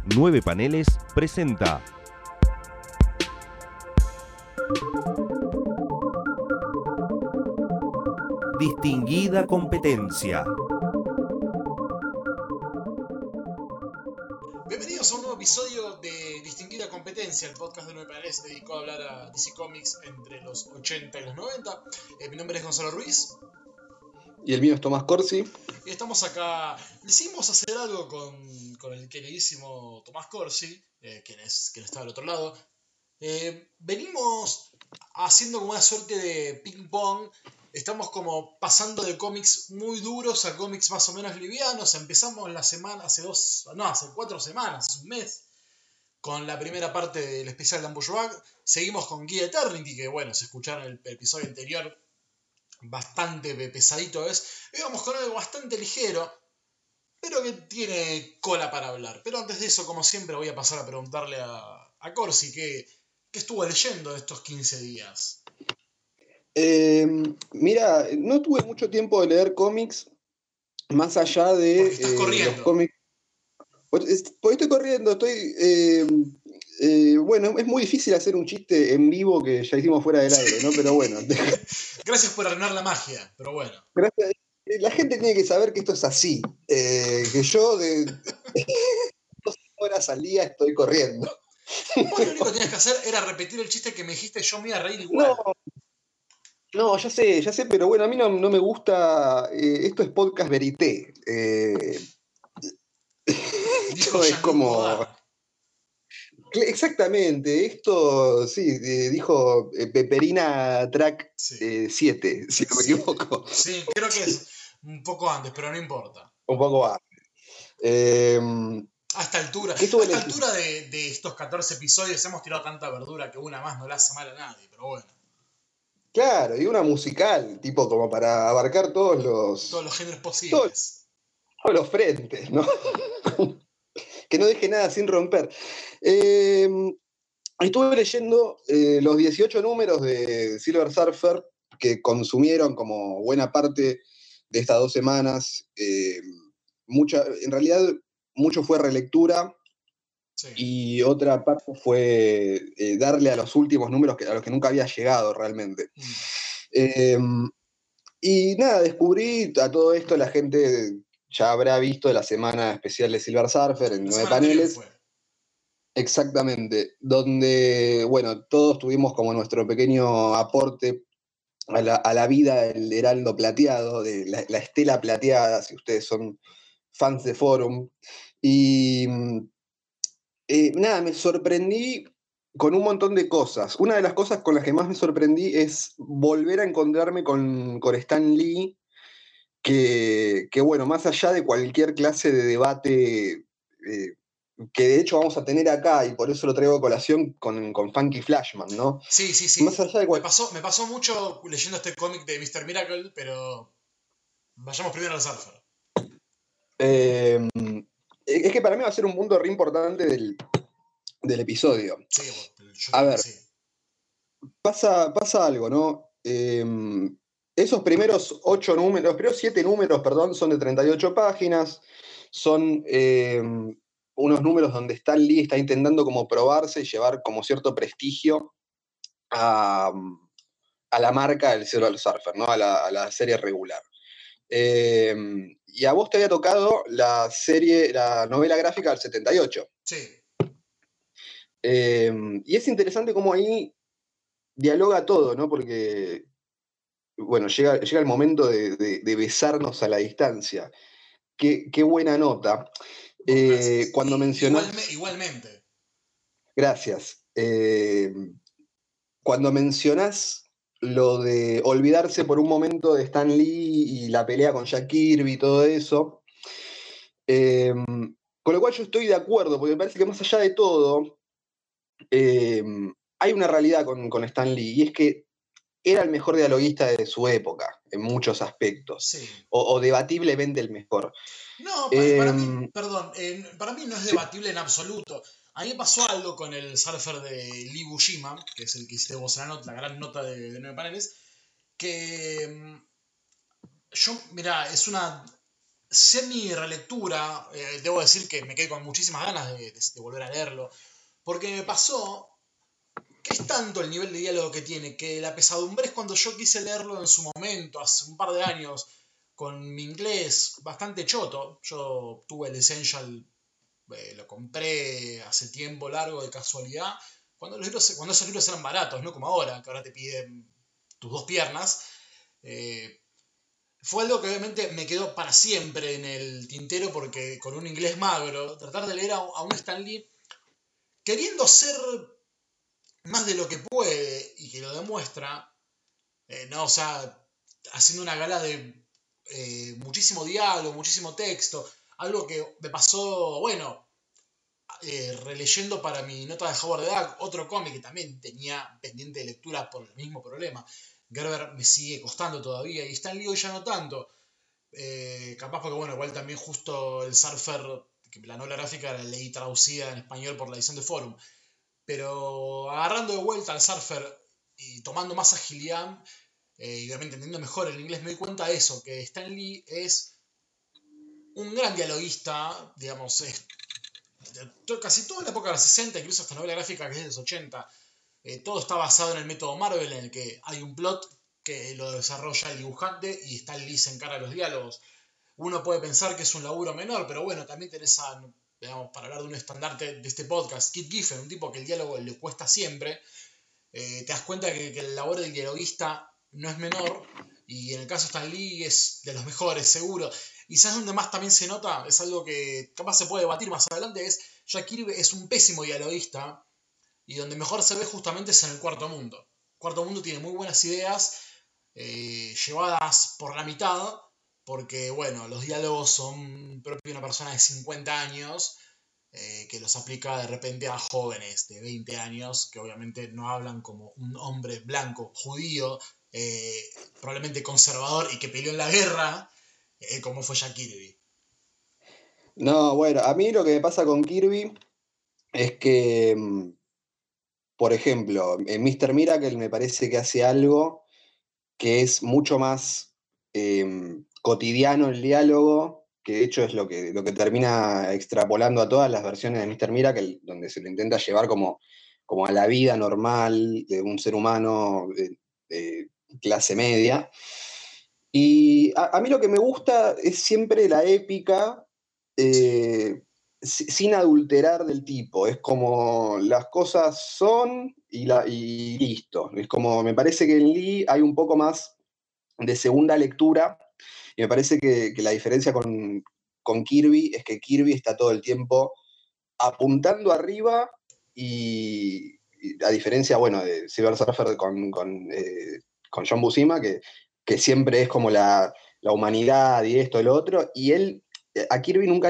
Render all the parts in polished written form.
9 Paneles presenta Distinguida Competencia. Bienvenidos a un nuevo episodio de Distinguida Competencia, el podcast de 9 Paneles dedicado a hablar a DC Comics entre los 80 y los 90. Mi nombre es Gonzalo Ruiz. Y el mío es Tomás Corsi. Y estamos acá. Decidimos hacer algo con el queridísimo Tomás Corsi, quien está del otro lado. Venimos haciendo como una suerte de ping-pong. Estamos como pasando de cómics muy duros a cómics más o menos livianos. Empezamos la semana, hace 4 semanas, hace un mes, con la primera parte del especial de Ambushwag. Seguimos con Guía Eternity, que bueno, se escucharon el episodio anterior, bastante pesadito es. Y vamos con algo bastante ligero, pero que tiene cola para hablar. Pero antes de eso, como siempre, voy a pasar a preguntarle a Corsi qué estuvo leyendo estos 15 días. Mira, no tuve mucho tiempo de leer cómics, más allá de Porque estás corriendo. los cómics. Porque estoy corriendo, bueno, es muy difícil hacer un chiste en vivo que ya hicimos fuera del aire, ¿no? Pero bueno. Gracias por arruinar la magia, pero bueno. Gracias. La gente tiene que saber que esto es así, que yo de 2 horas al día estoy corriendo. Vos lo único que tenías que hacer era repetir el chiste que me dijiste, yo me iba a reír igual. No, ya sé, pero bueno, a mí no me gusta. Esto es podcast verité. Dijo Esto es Jean-Luc como. Godard. Exactamente, esto sí, dijo Peperina Track Sí. 7, si no me equivoco. Sí, creo que es un poco antes, pero no importa. Un poco antes. A esta altura de estos 14 episodios hemos tirado tanta verdura que una más no le hace mal a nadie, pero bueno. Claro, y una musical, tipo como para abarcar todos los géneros posibles. Todos los frentes, ¿no? Que no deje nada sin romper. Estuve leyendo los 18 números de Silver Surfer que consumieron como buena parte de estas 2 semanas. En realidad, mucho fue relectura. Sí. Y otra parte fue darle a los últimos números a los que nunca había llegado realmente. Y nada, descubrí a todo esto, la gente ya habrá visto la semana especial de Silver Surfer en 9 paneles. Exactamente, donde, bueno, todos tuvimos como nuestro pequeño aporte a la vida del Heraldo Plateado, de la Estela Plateada, si ustedes son fans de Forum. Y nada, me sorprendí con un montón de cosas. Una de las cosas con las que más me sorprendí es volver a encontrarme con Stan Lee, que bueno, más allá de cualquier clase de debate que de hecho vamos a tener acá, y por eso lo traigo a colación con Funky Flashman, ¿no? Sí. Más allá de me pasó mucho leyendo este cómic de Mr. Miracle, pero vayamos primero al Surfer. Es que para mí va a ser un punto re importante del episodio. Sí, yo a creo ver, que sí. pasa algo, ¿no? Esos primeros 8 números, los primeros 7 números, perdón, son de 38 páginas. Son unos números donde Stan Lee está intentando como probarse y llevar como cierto prestigio a la marca del Silver Surfer, ¿no? A la serie regular. Y a vos te había tocado la novela gráfica del 78. Sí. Y es interesante cómo ahí dialoga todo, ¿no? Porque, bueno, llega el momento de besarnos a la distancia. Qué buena nota. Cuando mencionás... Igualmente. Gracias. Cuando mencionás lo de olvidarse por un momento de Stan Lee y la pelea con Jack Kirby y todo eso, con lo cual yo estoy de acuerdo, porque me parece que más allá de todo, hay una realidad con Stan Lee, y es que era el mejor dialoguista de su época, en muchos aspectos, sí. o debatiblemente el mejor. No, para mí, perdón, para mí no es Sí. debatible en absoluto. A mí me pasó algo con el Surfer de Lee Bushima, que es el que hiciste vos la gran nota de 9 paneles, que yo, mirá, semi-relectura, debo decir que me quedé con muchísimas ganas de volver a leerlo, porque me pasó que es tanto el nivel de diálogo que tiene, que la pesadumbre es cuando yo quise leerlo en su momento, hace un par de años, con mi inglés bastante choto. Yo tuve el Essential, lo compré hace tiempo largo de casualidad, cuando esos libros eran baratos, no como ahora, que ahora te piden tus dos piernas. Eh, Fue algo que obviamente me quedó para siempre en el tintero porque con un inglés magro, tratar de leer a un Stan Lee queriendo ser más de lo que puede y que lo demuestra, no, o sea, haciendo una gala de muchísimo diálogo, muchísimo texto, algo que me pasó, bueno, releyendo para mi nota de Howard the Duck, otro cómic que también tenía pendiente de lectura por el mismo problema. Gerber me sigue costando todavía y Stan Lee hoy ya no tanto. Capaz porque, bueno, igual también justo el Surfer, que la novela gráfica la leí traducida en español por la edición de Forum. Pero agarrando de vuelta al Surfer y tomando más agilidad, y obviamente entendiendo mejor el inglés, me doy cuenta de eso, que Stan Lee es un gran dialoguista, digamos, casi toda la época de los 60, incluso esta novela gráfica que es de los 80, todo está basado en el método Marvel, en el que hay un plot que lo desarrolla el dibujante y Stan Lee se encarga de los diálogos. Uno puede pensar que es un laburo menor, pero bueno, también tenés digamos, para hablar de un estandarte de este podcast, Kit Giffen, un tipo que el diálogo le cuesta siempre. Te das cuenta que el labor del dialoguista no es menor, y en el caso de Stan Lee es de los mejores, seguro. Y sabes donde más también se nota, es algo que capaz se puede debatir más adelante, es Jack Kirby es un pésimo dialoguista, y donde mejor se ve justamente es en el Cuarto Mundo. El Cuarto Mundo tiene muy buenas ideas, llevadas por la mitad, porque bueno, los diálogos son propios de una persona de 50 años, que los aplica de repente a jóvenes de 20 años, que obviamente no hablan como un hombre blanco, judío, probablemente conservador y que peleó en la guerra, como fue Jack Kirby. No, bueno, a mí lo que me pasa con Kirby es que, por ejemplo, en Mr. Miracle me parece que hace algo que es mucho más cotidiano el diálogo, que de hecho es lo que termina extrapolando a todas las versiones de Mr. Miracle, donde se lo intenta llevar como a la vida normal de un ser humano de clase media. Y a mí lo que me gusta es siempre la épica, Sí, sin adulterar del tipo. Es como las cosas son y listo. Es como, me parece que en Lee hay un poco más de segunda lectura, y me parece que la diferencia con Kirby es que Kirby está todo el tiempo apuntando arriba y a diferencia, bueno, de Silver Surfer con John Buscema, que siempre es como la humanidad y esto y lo otro, y él, a Kirby nunca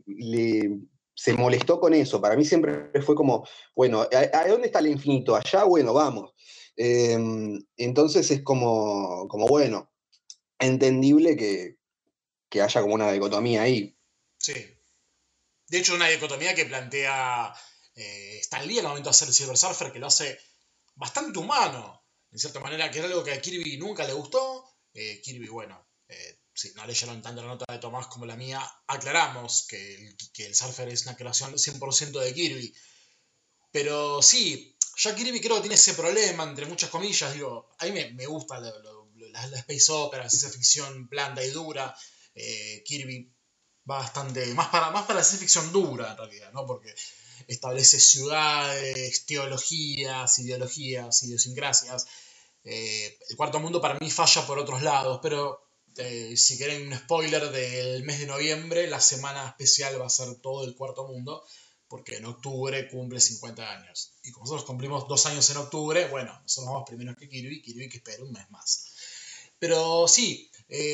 se molestó con eso. Para mí siempre fue como, bueno, ¿a dónde está el infinito? Allá, bueno, vamos. Eh, entonces es como, bueno, entendible que haya como una dicotomía ahí. sí. De hecho, una dicotomía que plantea Stan Lee al momento de hacer el Silver Surfer, que lo hace bastante humano, en cierta manera, que era algo que a Kirby nunca le gustó. Kirby, bueno, si no leyeron tanto la nota de Tomás como la mía, aclaramos que el Surfer es una creación 100% de Kirby. Pero sí, ya Kirby creo que tiene ese problema, entre muchas comillas. Digo, a mí me gusta la space opera, la ciencia ficción blanda y dura. Kirby va bastante, más para la ciencia ficción dura en realidad, ¿no? Porque establece ciudades, teologías, ideologías, idiosincrasias. El Cuarto Mundo para mí falla por otros lados, pero si quieren un spoiler del mes de noviembre, la semana especial va a ser todo el Cuarto Mundo, porque en octubre cumple 50 años. Y como nosotros cumplimos 2 años en octubre, bueno, nosotros vamos primero que Kirby que espera un mes más. Pero sí,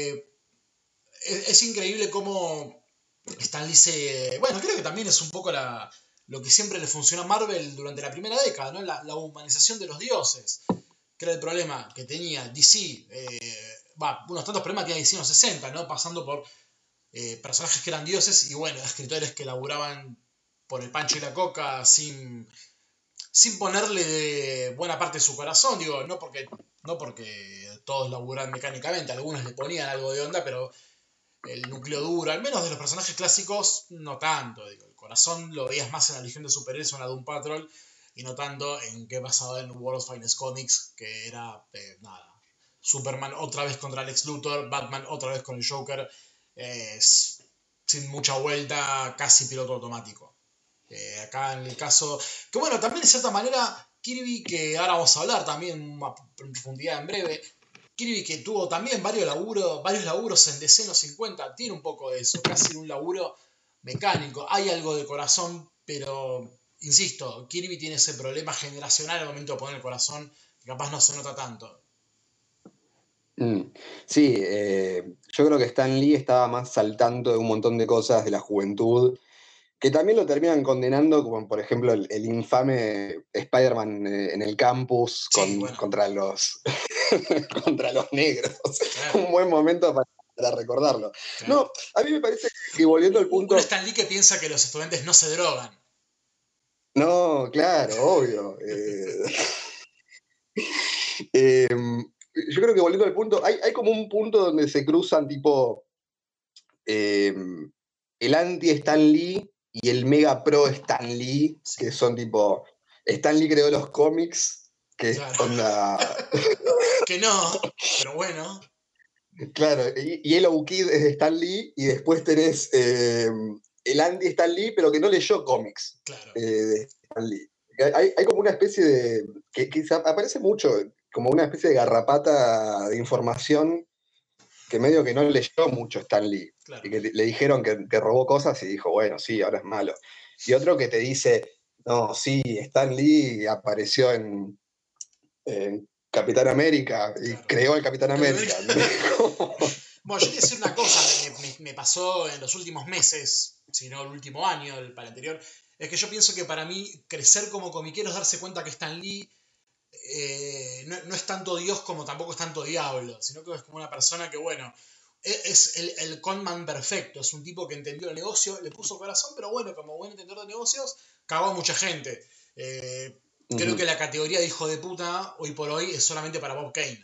es increíble cómo Stan Lee bueno, creo que también es un poco lo que siempre le funcionó a Marvel durante la primera década, ¿no? La humanización de los dioses, que era el problema que tenía DC. Unos tantos problemas tenía DC en los 60, ¿no? Pasando por personajes que eran dioses y, bueno, escritores que laburaban por el pancho y la coca sin ponerle de buena parte de su corazón. Digo, no porque todos laburan mecánicamente, algunos le ponían algo de onda, pero el núcleo duro, al menos de los personajes clásicos, no tanto. Digo, el corazón lo veías más en la Legión de Superhéroes o en la Doom Patrol, y no tanto en qué pasaba en World's Finest Comics, que era, nada, Superman otra vez contra Lex Luthor, Batman otra vez con el Joker, sin mucha vuelta, casi piloto automático. Acá en el caso, que bueno, también de cierta manera, Kirby, que ahora vamos a hablar también en profundidad en breve, Kirby que tuvo también varios laburos en DC en los 50, tiene un poco de eso, casi un laburo mecánico, hay algo de corazón, pero insisto, Kirby tiene ese problema generacional al momento de poner el corazón, que capaz no se nota tanto. Sí, yo creo que Stan Lee estaba más saltando de un montón de cosas de la juventud, que también lo terminan condenando, como por ejemplo el infame Spider-Man en el campus Sí, bueno, contra los, contra los negros. claro, Un buen momento para recordarlo. claro. No, a mí me parece que volviendo al Un punto, Stan Lee que piensa que los estudiantes no se drogan. no, claro, obvio. Eh, yo creo que volviendo al punto, hay como un punto donde se cruzan tipo eh, el anti-Stan Lee y el mega pro Stan Lee, que Sí, son tipo, Stan Lee creó los cómics, que es claro. onda, Que no, pero bueno, claro, y el Kid es de Stan Lee, y después tenés el anti-Stan Lee, pero que no leyó cómics claro. de Stan Lee. Hay como una especie de, que aparece mucho, como una especie de garrapata de información que medio que no leyó mucho Stan Lee Claro. y que le dijeron que robó cosas y dijo, bueno, sí, ahora es malo. Y otro que te dice, no, sí, Stan Lee apareció en Capitán América y Claro. creó el Capitán América. Bueno, yo te voy a decir una cosa, me pasó en los últimos meses, si no el último año, para el anterior, es que yo pienso que para mí crecer como comiquero es darse cuenta que Stan Lee no es tanto Dios como tampoco es tanto diablo, sino que es como una persona que, bueno, es el conman perfecto, es un tipo que entendió el negocio, le puso corazón, pero bueno, como buen entendedor de negocios, cagó a mucha gente. Creo que la categoría de hijo de puta, hoy por hoy, es solamente para Bob Kane.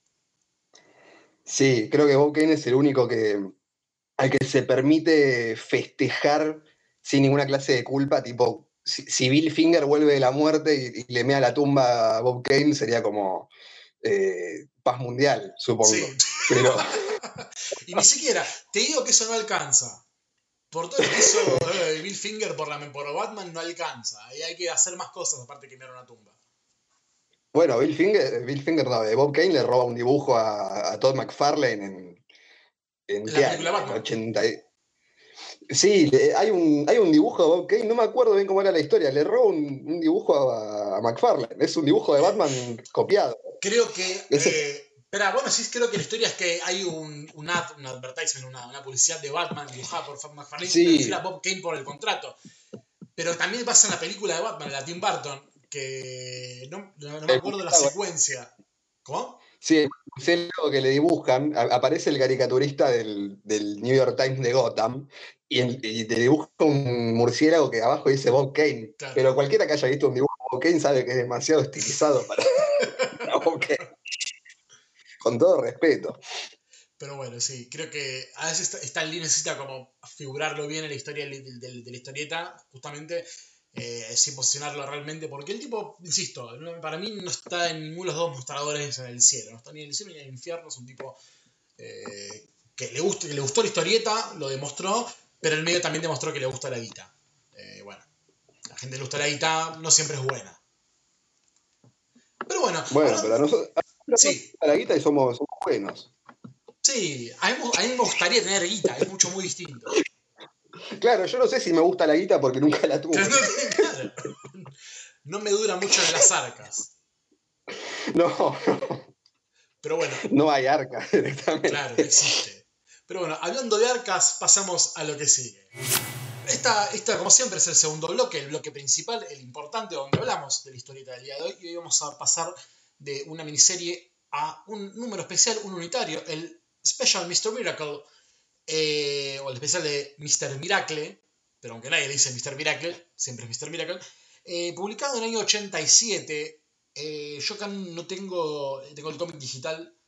Sí, creo que Bob Kane es el único al que se permite festejar sin ninguna clase de culpa, tipo, si Bill Finger vuelve de la muerte y le mea la tumba a Bob Kane, sería como paz mundial, Sí. supongo. Pero Y ni siquiera, te digo que eso no alcanza. Por todo lo que hizo Bill Finger por Batman, no alcanza. Ahí hay que hacer más cosas aparte que mirar una tumba. bueno, Bill Finger no, Bob Kane le roba un dibujo a Todd McFarlane ¿en En la qué película año? En Batman. 80. Sí, hay un dibujo de Bob Kane, no me acuerdo bien cómo era la historia, le roba un dibujo a McFarlane, es un dibujo de Batman copiado. Creo que. Ese, Espera, bueno, sí, creo que la historia es que hay un ad, un advertisement, una publicidad de Batman dibujada por McFarlane que refiere a sí, Bob Kane por el contrato. Pero también pasa en la película de Batman, la Tim Burton, que no me el acuerdo la murciélago, secuencia. ¿Cómo? sí, el murciélago que le dibujan, aparece el caricaturista del New York Times de Gotham, y te dibuja un murciélago que abajo dice Bob Kane, Claro. pero cualquiera que haya visto un dibujo de Bob Kane sabe que es demasiado estilizado para Bob Kane, con todo respeto. Pero bueno, sí, creo que a veces Stan Lee necesita como figurarlo bien en la historia de la historieta, justamente, sin posicionarlo realmente, porque el tipo, insisto, para mí no está en ninguno de los dos mostradores en el cielo, no está ni en el cielo ni en el infierno, es un tipo que le gustó la historieta, lo demostró, pero en el medio también demostró que le gusta la guita. Bueno, la gente le gusta la guita, no siempre es buena. Pero bueno, Bueno, pero hablando, a nosotros nos sí, gusta la guita y somos buenos. sí, a mí me gustaría tener guita, es mucho muy distinto. Claro, yo no sé si me gusta la guita porque nunca la tuve. Claro, no me dura mucho en las arcas. No, Pero bueno, no hay arca claro, no directamente. existe. Pero bueno, hablando de arcas, pasamos a lo que sigue. Esta, como siempre, es el segundo bloque, el bloque principal, el importante, donde hablamos de la historieta del día de hoy. Y hoy vamos a pasar de una miniserie a un número especial, un unitario, el Special Mr. Miracle, o el especial de Mr. Miracle, pero aunque nadie dice Mr. Miracle, siempre es Mr. Miracle, publicado en el año 87. Yo acá no tengo el cómic digital,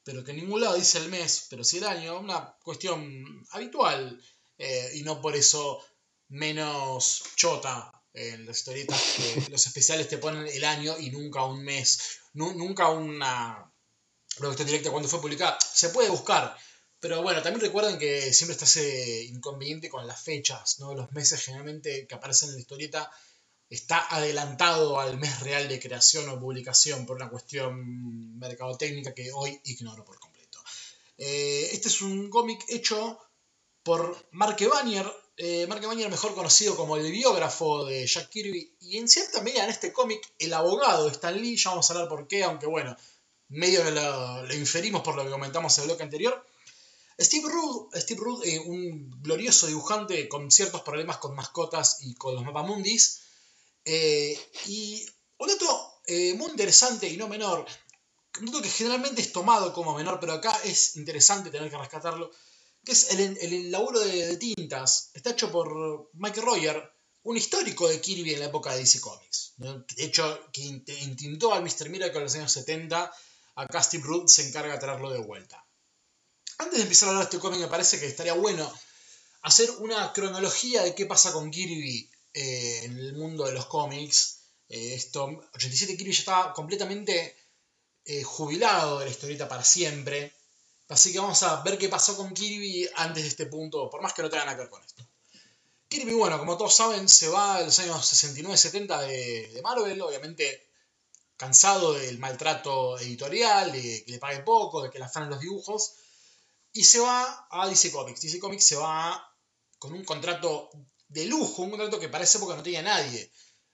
pero que en ningún lado dice el mes, pero sí el año, una cuestión habitual, y no por eso menos chota en las historietas que los especiales te ponen el año y nunca un mes, nunca una cuestión directa cuando fue publicada. Se puede buscar, pero bueno, también recuerden que siempre está ese inconveniente con las fechas, ¿no? Los meses generalmente que aparecen en la historieta está adelantado al mes real de creación o publicación por una cuestión mercadotécnica que hoy ignoro por completo. Este es un cómic hecho por Mark Evanier. Mark Evanier, mejor conocido como el biógrafo de Jack Kirby, y en cierta medida en este cómic el abogado de Stan Lee. Ya vamos a hablar por qué, aunque bueno, medio lo inferimos por lo que comentamos en el bloque anterior. Steve Rude, un glorioso dibujante con ciertos problemas con mascotas y con los mapamundis. Y un dato muy interesante y no menor, un dato que generalmente es tomado como menor, pero acá es interesante tener que rescatarlo, que es el laburo de tintas. Está hecho por Mike Royer, un histórico de Kirby en la época de DC Comics, ¿no? De hecho, que intentó al Mr. Miracle en los años 70, acá Steve Rude se encarga de traerlo de vuelta. Antes de empezar a hablar de este cómic, me parece que estaría bueno hacer una cronología de qué pasa con Kirby en el mundo de los cómics. 87 Kirby ya estaba completamente jubilado de la historieta para siempre. Así que vamos a ver qué pasó con Kirby antes de este punto, por más que no tenga nada que ver con esto. Kirby, bueno, como todos saben, se va en los años 69-70 de Marvel, obviamente cansado del maltrato editorial, de que le pague poco, de que le afanen los dibujos, y se va a DC Comics. DC Comics se va con un contrato de lujo, un contrato que para esa época no tenía nadie.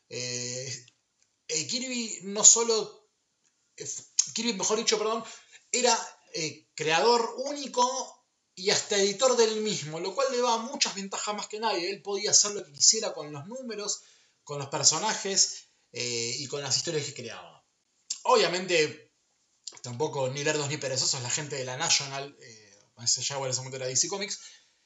Kirby no solo... Kirby, mejor dicho, perdón, era creador único y hasta editor del mismo, lo cual le daba muchas ventajas más que nadie. Él podía hacer lo que quisiera con los números, con los personajes y con las historias que creaba. Obviamente, tampoco ni lerdos ni perezosos la gente de la National, más allá de ese momento era DC Comics,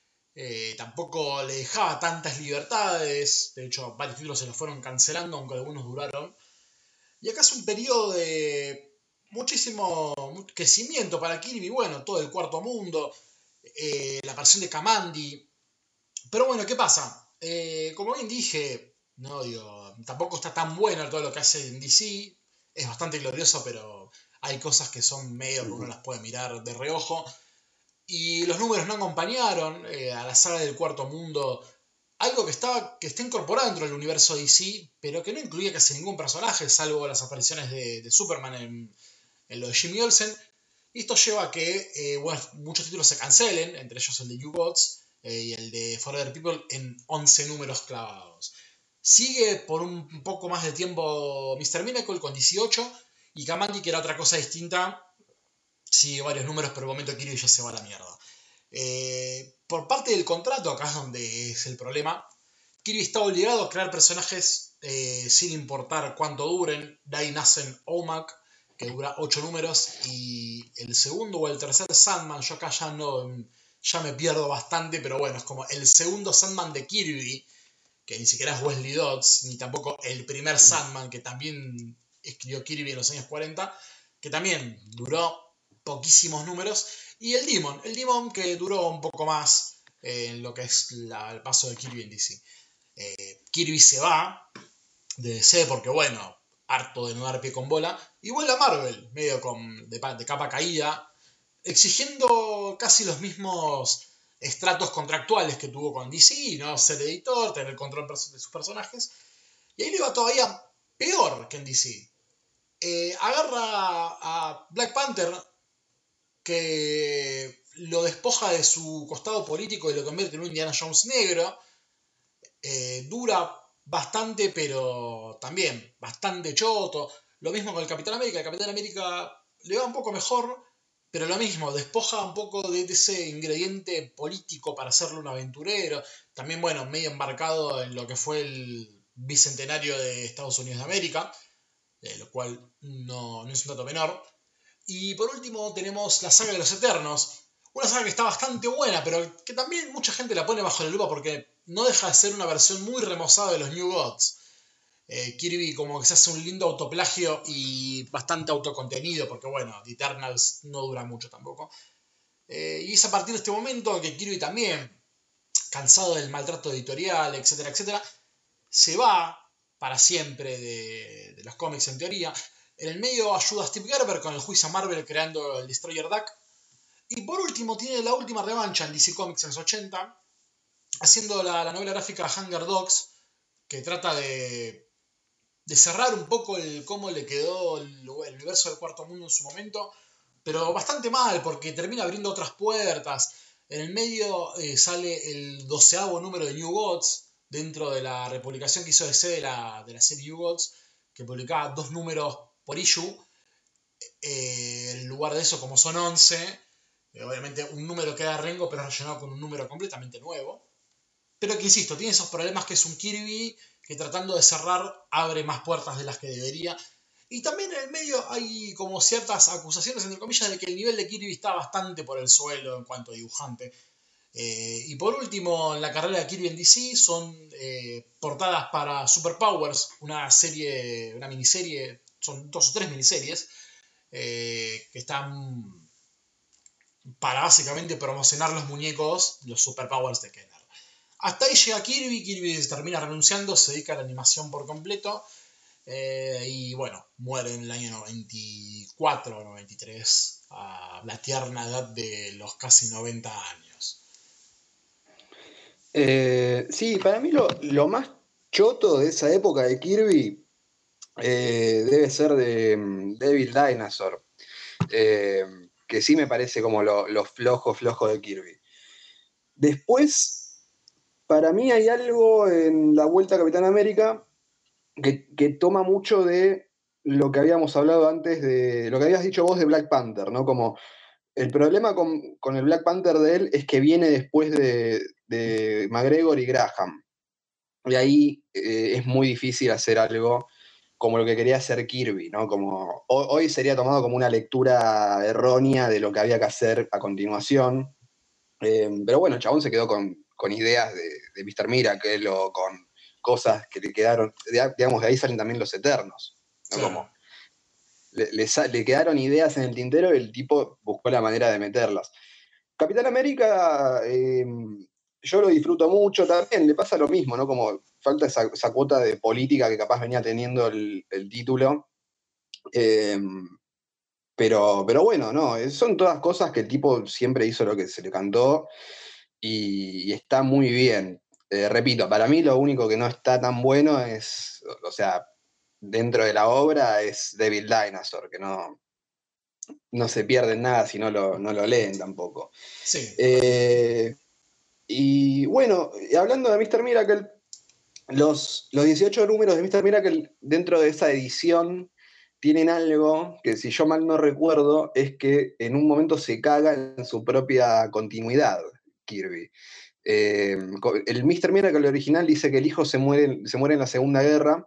tampoco le dejaba tantas libertades. De hecho, varios títulos se los fueron cancelando, aunque algunos duraron. Y acá es un periodo de muchísimo crecimiento para Kirby. Bueno, todo el Cuarto Mundo, la aparición de Kamandi. Pero bueno, ¿qué pasa? Como bien dije, no digo, tampoco está tan bueno todo lo que hace en DC. Es bastante glorioso, pero hay cosas que son medio que uno las puede mirar de reojo. Y los números no acompañaron a la saga del Cuarto Mundo. Algo que está incorporado dentro del universo DC, pero que no incluía casi ningún personaje, salvo las apariciones de Superman en lo de Jimmy Olsen. Y esto lleva a que bueno, muchos títulos se cancelen, entre ellos el de U-Gods y el de Forever People, en 11 números clavados. Sigue por un poco más de tiempo Mr. Miracle con 18, y Kamandi, que era otra cosa distinta, sigue varios números, pero el momento Kirby ya se va a la mierda. Por parte del contrato, acá es donde es el problema, Kirby está obligado a crear personajes sin importar cuánto duren. De ahí nacen OMAC, que dura 8 números, y el segundo o el tercer Sandman, yo acá ya me pierdo bastante, pero bueno, es como el segundo Sandman de Kirby, que ni siquiera es Wesley Dodds, ni tampoco el primer Sandman que también escribió Kirby en los años 40, que también duró poquísimos números, y el Demon que duró un poco más en lo que es el paso de Kirby en DC. Kirby se va de DC porque, bueno, harto de no dar pie con bola, y vuelve a Marvel, medio de capa caída, exigiendo casi los mismos estratos contractuales que tuvo con DC, ¿no? Ser editor, tener control de sus personajes, y ahí le va todavía peor que en DC. Agarra a Black Panther, que lo despoja de su costado político y lo convierte en un Indiana Jones negro. Dura bastante, pero también bastante choto. Lo mismo con el Capitán América. El Capitán América le va un poco mejor, pero lo mismo, despoja un poco de ese ingrediente político para hacerlo un aventurero. También, bueno, medio embarcado en lo que fue el bicentenario de Estados Unidos de América, lo cual no es un dato menor. Y por último tenemos la saga de los Eternos, una saga que está bastante buena, pero que también mucha gente la pone bajo la lupa porque no deja de ser una versión muy remozada de los New Gods. Kirby como que se hace un lindo autoplagio y bastante autocontenido, porque bueno, The Eternals no dura mucho tampoco. Y es a partir de este momento que Kirby también, cansado del maltrato editorial, etcétera, etcétera, se va para siempre de los cómics en teoría. En el medio ayuda a Steve Gerber con el juicio a Marvel creando el Destroyer Duck. Y por último tiene la última revancha en DC Comics en los 80, haciendo la novela gráfica Hunger Dogs, que trata de cerrar un poco cómo le quedó el universo del Cuarto Mundo en su momento, pero bastante mal, porque termina abriendo otras puertas. En el medio sale el 12º número de New Gods, dentro de la republicación que hizo DC de la serie New Gods, que publicaba 2 números por issue. En lugar de eso, como son 11, obviamente un número queda rengo, pero es rellenado con un número completamente nuevo. Pero que insisto, tiene esos problemas que es un Kirby que tratando de cerrar abre más puertas de las que debería. Y también en el medio hay como ciertas acusaciones, entre comillas, de que el nivel de Kirby está bastante por el suelo en cuanto a dibujante. Y por último, en la carrera de Kirby en DC son portadas para Super Powers, una miniserie, son 2 o 3 miniseries, que están para básicamente promocionar los muñecos, los Super Powers de Kenner. Hasta ahí llega Kirby termina renunciando, se dedica a la animación por completo. Y bueno, muere en el año 94 o 93, a la tierna edad de los casi 90 años. Sí, para mí lo más choto de esa época de Kirby debe ser de Devil Dinosaur, eh, que sí me parece como lo flojo de Kirby. Después, para mí hay algo en la Vuelta a Capitán América que toma mucho de lo que habíamos hablado antes, de lo que habías dicho vos de Black Panther, ¿no? Como el problema con el Black Panther de él es que viene después de McGregor y Graham. Y ahí es muy difícil hacer algo como lo que quería hacer Kirby, ¿no? Como, hoy sería tomado como una lectura errónea de lo que había que hacer a continuación. Pero bueno, el chabón se quedó con ideas de Mr. Miracle o con cosas que le quedaron, digamos, de ahí salen también los Eternos, ¿no? Claro. Como le quedaron ideas en el tintero y el tipo buscó la manera de meterlas. Capitán América, yo lo disfruto mucho también, le pasa lo mismo, ¿no? Como falta esa cuota de política que capaz venía teniendo el título. Eh, pero bueno, no, son todas cosas que el tipo siempre hizo lo que se le cantó y está muy bien. Repito, para mí lo único que no está tan bueno es, o sea, dentro de la obra es Devil Dinosaur, que no se pierde en nada si no lo leen tampoco. Sí, totalmente. Y bueno, hablando de Mr. Miracle, los 18 números de Mr. Miracle dentro de esa edición tienen algo que, si yo mal no recuerdo, es que en un momento se caga en su propia continuidad, Kirby. El Mr. Miracle original dice que el hijo se muere en la Segunda Guerra,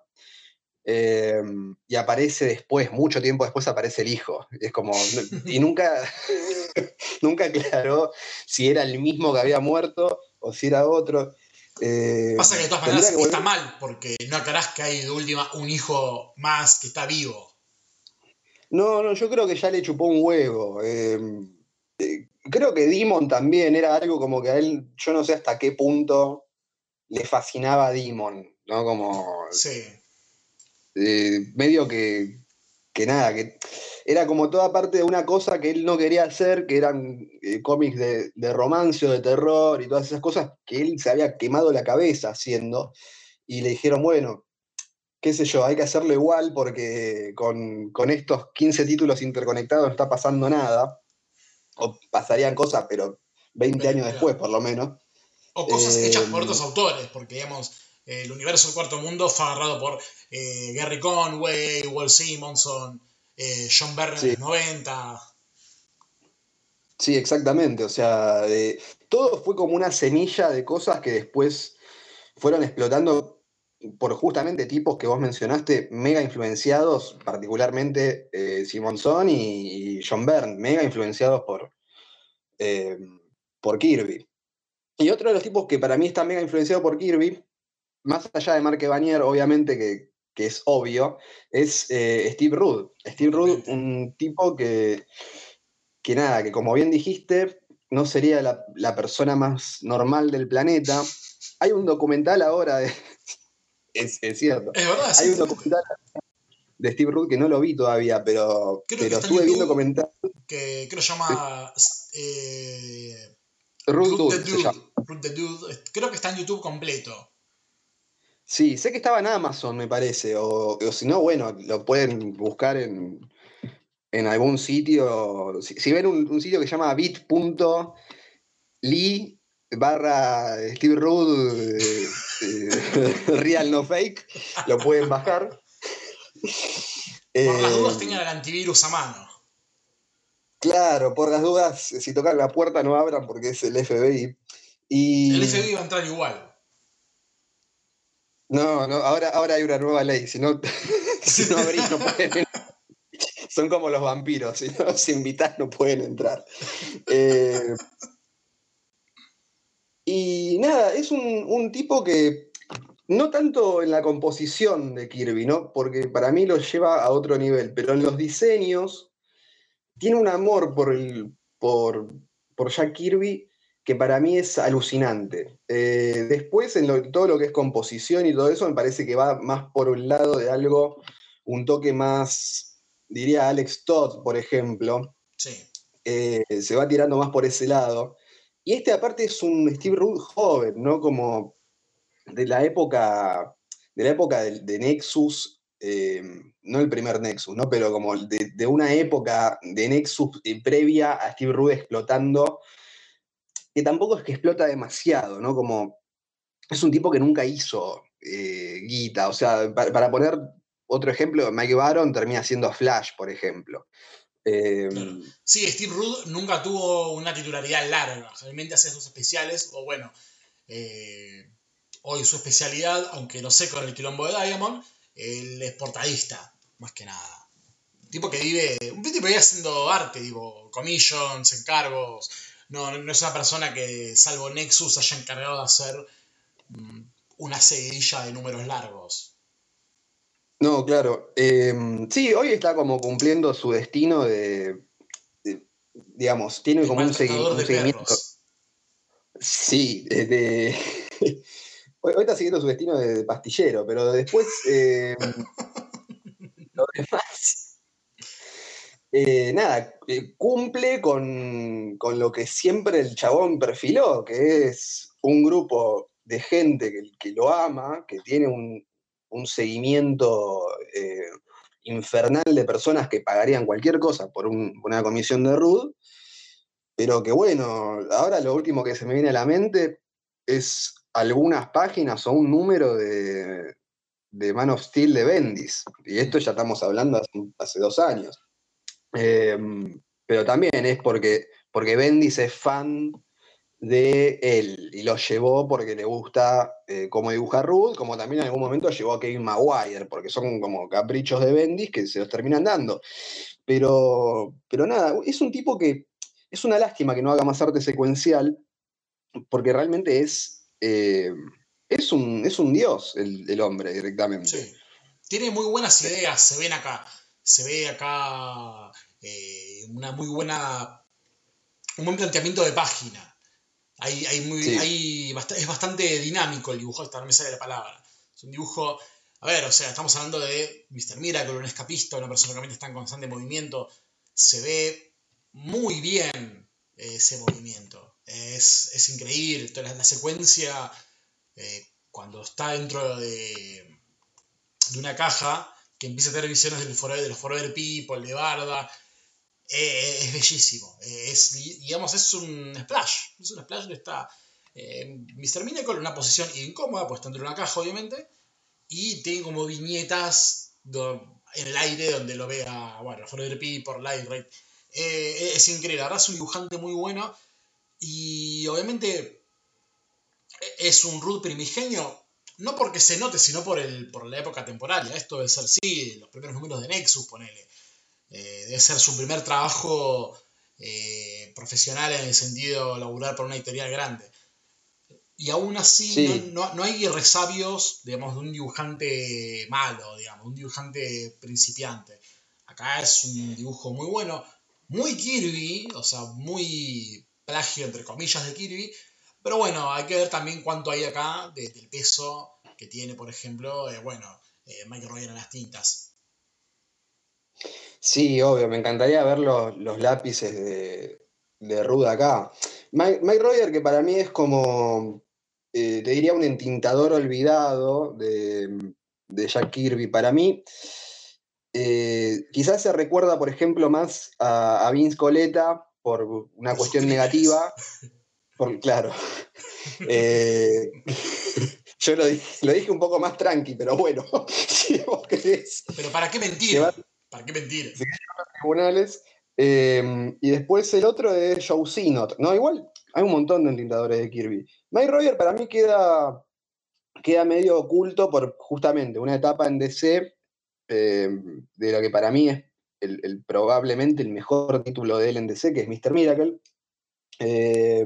y aparece después, mucho tiempo después aparece el hijo. Es como, y nunca, nunca aclaró si era el mismo que había muerto o si era otro. Pasa que de todas Tendría maneras que está volver. mal, porque no aclarás que hay de última un hijo más que está vivo. No, yo creo que ya le chupó un huevo. Creo que Demon también era algo como que a él, yo no sé hasta qué punto le fascinaba a Demon, ¿no? Como Sí, medio que nada, que era como toda parte de una cosa que él no quería hacer, que eran cómics de romance o de terror y todas esas cosas que él se había quemado la cabeza haciendo, y le dijeron, bueno, qué sé yo, hay que hacerlo igual porque con estos 15 títulos interconectados no está pasando nada, o pasarían cosas, pero 20 años después claro. por lo menos. O cosas hechas Eh, por otros autores, porque digamos, el universo del Cuarto Mundo fue agarrado por Gary Conway, Walt Simonson, John Byrne en sí, los 90. sí, exactamente, o sea, todo fue como una semilla de cosas que después fueron explotando por justamente tipos que vos mencionaste, mega influenciados, particularmente Simonson y John Byrne, mega influenciados eh, por Kirby. Y otro de los tipos que para mí está mega influenciado por Kirby, más allá de Mark Evanier, obviamente, que es obvio, es Steve Rudd. Steve Rudd, un tipo que nada, que como bien dijiste, no sería la persona más normal del planeta. Hay un documental ahora es cierto. Es verdad, sí, Hay es un tremendo. documental de Steve Rudd que no lo vi todavía, Creo que pero está en estuve viendo YouTube, comentarios. que creo que se llama Rudd Root the Dude se Dude. llama. Root the Dude. Creo que está en YouTube completo. Sí, sé que estaba en Amazon, me parece, o si no, bueno, lo pueden buscar en algún sitio. Si ven un sitio que se llama bit.ly barra Steve Rudd real no fake, lo pueden bajar. Por las dudas Eh, tengan el antivirus a mano. claro, por las dudas, si tocan la puerta no abran porque es el FBI. El Y FBI va a entrar igual. no, no, ahora hay una nueva ley, si no, si no abrís no pueden entrar. Son como los vampiros, si no los invitás no pueden entrar. Eh, y nada, es un tipo que no tanto en la composición de Kirby, ¿no? Porque para mí lo lleva a otro nivel, pero en los diseños tiene un amor por Jack Kirby que para mí es alucinante. Después, todo lo que es composición y todo eso, me parece que va más por un lado de algo, un toque más, diría Alex Todd, por ejemplo, Sí. se va tirando más por ese lado. Y este aparte es un Steve Rudd joven, ¿no? Como de la época de Nexus, no el primer Nexus, ¿no? Pero como de una época de Nexus previa a Steve Rudd explotando, que tampoco es que explota demasiado, ¿no? Como es un tipo que nunca hizo guita, o sea, para poner otro ejemplo, Mike Baron termina siendo Flash, por ejemplo. Eh, Claro. Sí, Steve Rudd nunca tuvo una titularidad larga. Generalmente hacía sus especiales, o bueno, eh, hoy su especialidad, aunque no sé con el quilombo de Diamond, él es portadista, más que nada. Un tipo que vive, un tipo que vive haciendo arte, digo, commissions, encargos. No, no es una persona que, salvo Nexus, haya encargado de hacer mm, una seguidilla de números largos. no, claro. Sí, hoy está como cumpliendo su destino digamos, tiene De como maltratador un de seguimiento. perros. Sí, hoy está siguiendo su destino de pastillero, pero después, lo demás, nada, cumple con lo que siempre el chabón perfiló, que es un grupo de gente que lo ama, que tiene un seguimiento infernal de personas que pagarían cualquier cosa por una comisión de Rudd, pero que bueno, ahora lo último que se me viene a la mente es algunas páginas o un número de Man of Steel de Bendis. Y esto ya estamos hablando hace 2 años. Eh, pero también es porque Bendis es fan de él y lo llevó porque le gusta cómo dibuja Ruth, como también en algún momento llevó a Kevin Maguire, porque son como caprichos de Bendis que se los terminan dando. Pero nada, es un tipo que es una lástima que no haga más arte secuencial, porque realmente es un dios el hombre directamente. Sí. Tiene muy buenas ideas, se ven acá. Se ve acá una muy buena. Un buen planteamiento de página. Sí, Es bastante dinámico el dibujo, esta no me sale la palabra. Es un dibujo. A ver, o sea, estamos hablando de Mr. Miracle, un escapista, una persona que realmente está en constante movimiento. Se ve muy bien ese movimiento. Es increíble. Toda la secuencia, cuando está dentro de una caja, que empieza a tener visiones de los Forever People, de Barda, es bellísimo. Digamos, es un splash. Es un splash que está Mr. Miracle en una posición incómoda, pues está dentro de una caja, obviamente, y tiene como viñetas en el aire donde lo vea, bueno, Forever People, Light Ray. Es increíble, la verdad es un dibujante muy bueno y obviamente es un Rudd primigenio, no porque se note, sino por la época temporal. Esto debe ser, sí, los primeros números de Nexus, ponele. Debe ser su primer trabajo profesional en el sentido laburar por una editorial grande. Y aún así Sí, no hay resabios, digamos, de un dibujante malo, digamos, un dibujante principiante. Acá es un dibujo muy bueno, muy Kirby, o sea, muy plagio entre comillas de Kirby, pero bueno, hay que ver también cuánto hay acá del peso que tiene, por ejemplo, Mike Roger en las tintas. sí, obvio, me encantaría ver los lápices de Ruda acá. Mike Roger, que para mí es como, te diría, un entintador olvidado de Jack Kirby. Para mí, quizás se recuerda, por ejemplo, más a Vince Coletta por una Por sus cuestión negativa, crímenes. claro. eh, yo lo dije un poco más tranqui, pero bueno, si vos querés Pero ¿para qué mentir? llevar ¿Para qué mentir? tribunales. Y después el otro es Joe Sinot. No, igual hay un montón de entintadores de Kirby. Mike Roger para mí queda medio oculto por justamente una etapa en DC de lo que para mí es probablemente el mejor título de él en DC, que es Mr. Miracle. Eh,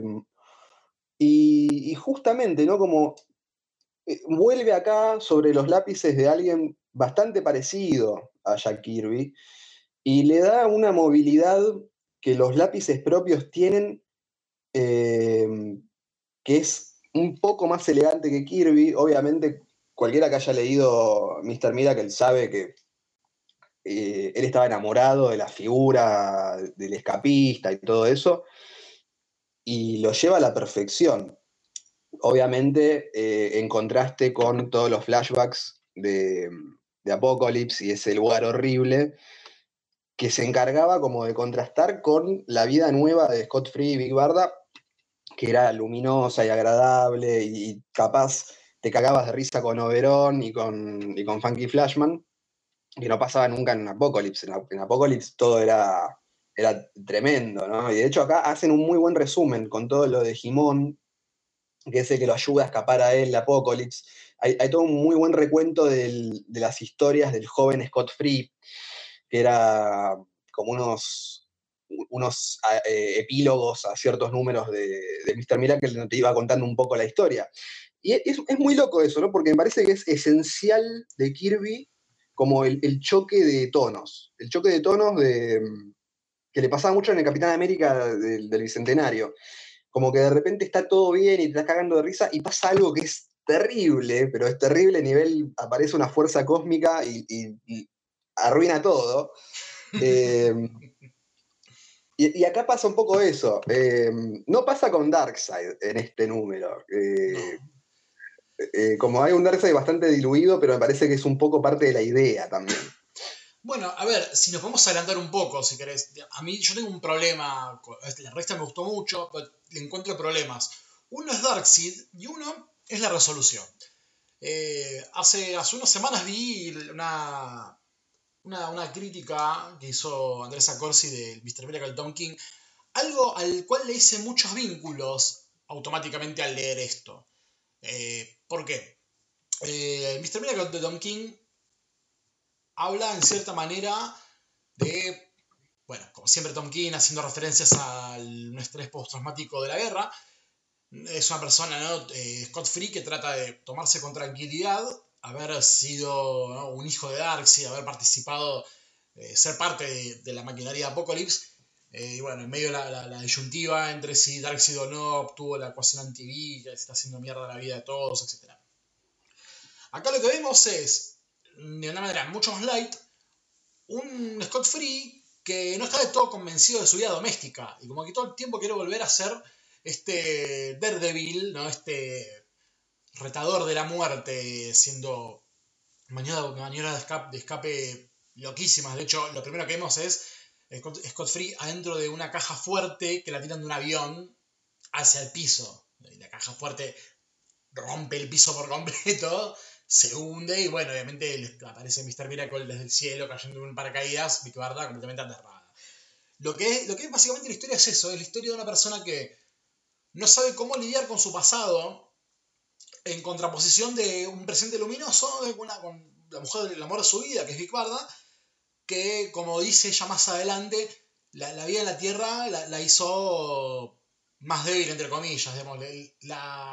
y justamente, ¿no? Como vuelve acá sobre los lápices de alguien bastante parecido a Jack Kirby y le da una movilidad que los lápices propios tienen, eh, que es un poco más elegante que Kirby. Obviamente, cualquiera que haya leído Mr. Miracle sabe que él estaba enamorado de la figura del escapista y todo eso, y lo lleva a la perfección. Obviamente, en contraste con todos los flashbacks de Apocalypse y ese lugar horrible que se encargaba como de contrastar con la vida nueva de Scott Free y Big Barda, que era luminosa y agradable y capaz te cagabas de risa con Oberón y con Funky Flashman, que no pasaba nunca en Apocalypse. En Apocalypse todo era tremendo, ¿no? Y de hecho acá hacen un muy buen resumen con todo lo de Jimón, que es el que lo ayuda a escapar a él, Apocalypse. Hay todo un muy buen recuento de las historias del joven Scott Free, que era como unos epílogos a ciertos números de Mr. Miracle, que te iba contando un poco la historia. Y es muy loco eso, ¿no? Porque me parece que es esencial de Kirby como el choque de tonos. El choque de tonos que le pasaba mucho en el Capitán América del Bicentenario. Como que de repente está todo bien y te estás cagando de risa y pasa algo que es terrible, pero es terrible a nivel, aparece una fuerza cósmica y arruina todo. Eh, y acá pasa un poco eso. No pasa con Darkseid en este número. No. Como hay un Darkseid bastante diluido, pero me parece que es un poco parte de la idea también. Bueno, a ver, si nos podemos adelantar un poco, si querés. A mí yo tengo un problema, la resta me gustó mucho, pero le encuentro problemas. Uno es Darkseid y uno es la resolución. Hace unas semanas vi una crítica que hizo Andrés Accorsi de Mr. Miracle Tom King, algo al cual le hice muchos vínculos automáticamente al leer esto. ¿Por qué? Mr. Miracle de Tom King habla en cierta manera de, bueno, como siempre Tom King haciendo referencias al estrés postraumático de la guerra. Es una persona, ¿no? Scott Free, que trata de tomarse con tranquilidad, haber sido, ¿no?, un hijo de Darkseid, haber participado, ser parte de la maquinaria de Apocalypse. Y bueno, en medio de la disyuntiva entre si Darkseid o no obtuvo la ecuación anti-V, que está haciendo mierda la vida de todos, etc. Acá lo que vemos es, de una manera mucho más light, un Scott Free que no está de todo convencido de su vida doméstica y como que todo el tiempo quiere volver a ser este Daredevil, ¿no? Este retador de la muerte, siendo maniobras de escape loquísimas. De hecho, lo primero que vemos es Scott Free adentro de una caja fuerte que la tiran de un avión hacia el piso. Y la caja fuerte rompe el piso por completo, se hunde y bueno, obviamente aparece Mr. Miracle desde el cielo cayendo en un paracaídas, Big Barda completamente aterrada. Lo que es básicamente la historia es eso, es la historia de una persona que no sabe cómo lidiar con su pasado en contraposición de un presente luminoso con la mujer del amor de su vida, que es Big Barda, que como dice ella más adelante, la vida en la Tierra la hizo más débil, entre comillas, digamos,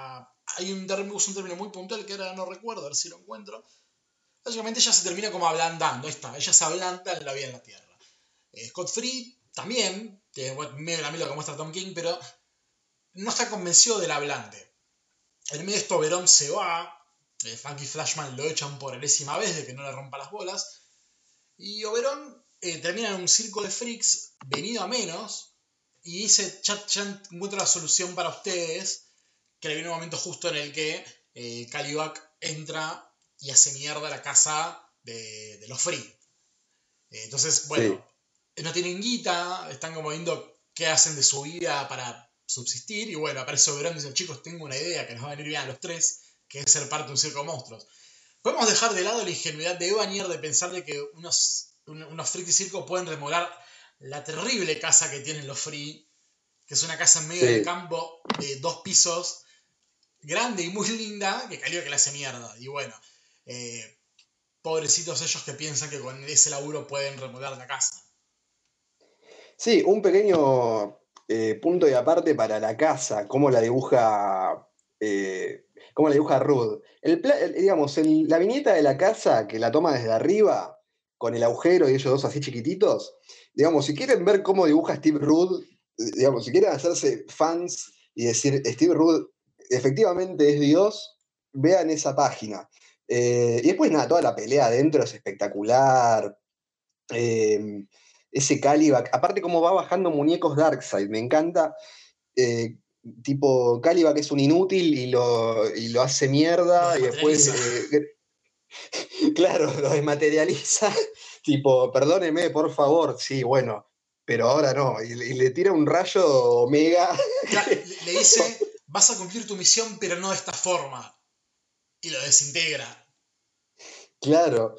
usa un término muy puntual que ahora no recuerdo, a ver si lo encuentro. Básicamente ella se termina como ablandando, ahí está, ella se ablanda en la vida en la Tierra. Scott Free también, que bueno, medio la lo que muestra Tom King, pero no está convencido del ablande. En medio de esto, Verón se va, Funky Flashman lo echan por enésima vez de que no le rompa las bolas, y Oberón termina en un circo de freaks venido a menos, y dice, ya encuentro la solución para ustedes, que le viene un momento justo en el que Kalibak entra y hace mierda la casa de los free. Entonces, bueno, Sí. no tienen guita, están como viendo qué hacen de su vida para subsistir, y bueno, aparece Oberón y dice, chicos, tengo una idea que nos va a venir bien a los tres, que es ser parte de un circo de monstruos. Podemos dejar de lado la ingenuidad de Evanier de pensar de que unos freaks de circo pueden remodelar la terrible casa que tienen los free, que es una casa en medio del Sí. campo de 2 pisos, grande y muy linda, que Calibre que le hace mierda. Y bueno, pobrecitos ellos que piensan que con ese laburo pueden remodelar la casa. Sí, un pequeño punto de aparte para la casa, cómo la dibuja Rudd. Digamos, la viñeta de la casa que la toma desde arriba, con el agujero y ellos dos así chiquititos, digamos, si quieren ver cómo dibuja Steve Rudd, digamos, si quieren hacerse fans y decir Steve Rudd efectivamente es Dios, vean esa página. Y después nada, toda la pelea adentro es espectacular. Eh, Ese Caliban, aparte cómo va bajando muñecos Darkseid, me encanta. eh, Tipo, Caliban es un inútil y lo hace Los mierda y después, desmaterializa. claro, lo desmaterializa. Tipo, perdóneme, por favor, sí, bueno, pero ahora no. Y le tira un rayo Omega. Le dice, vas a cumplir tu misión, pero no de esta forma. Y lo desintegra. Claro.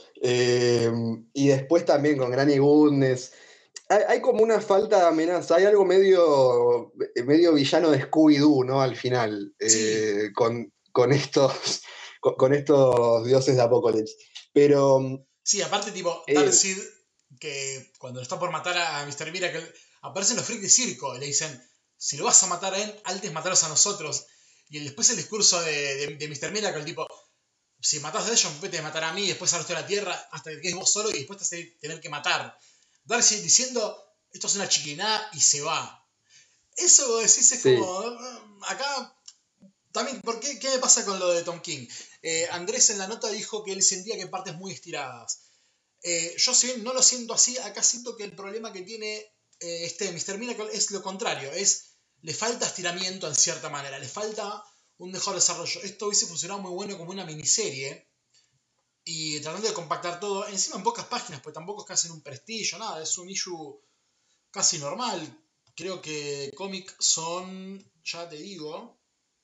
Y después también con Granny Goodness. Hay como una falta de amenaza, hay algo medio villano de Scooby-Doo, ¿no? Al final, Sí, con estos, con estos dioses de Apocalipsis. Pero, sí, aparte tipo, eh, Darkseid, que cuando está por matar a Mr. Miracle, aparecen los freaks de circo y le dicen, si lo vas a matar a él, antes mataros a nosotros. Y después el discurso de Mr. Miracle, el tipo, si matás a ellos, me puedes matar a mí, después al resto de la tierra, hasta que quedes vos solo y después te vas a tener que matar. Darkseid diciendo, esto es una chiquinada y se va. Eso vos decís es como, sí, acá también, ¿qué me pasa con lo de Tom King? Andrés en la nota dijo que él sentía que partes muy estiradas. Yo si bien no lo siento así, acá siento que el problema que tiene este Mr. Miracle es lo contrario, le falta estiramiento en cierta manera, le falta un mejor desarrollo. Esto hubiese funcionado muy bueno como una miniserie y tratando de compactar todo, encima en pocas páginas, pues tampoco es que hacen un prestigio, nada, es un issue casi normal. Creo que cómic son, ya te digo,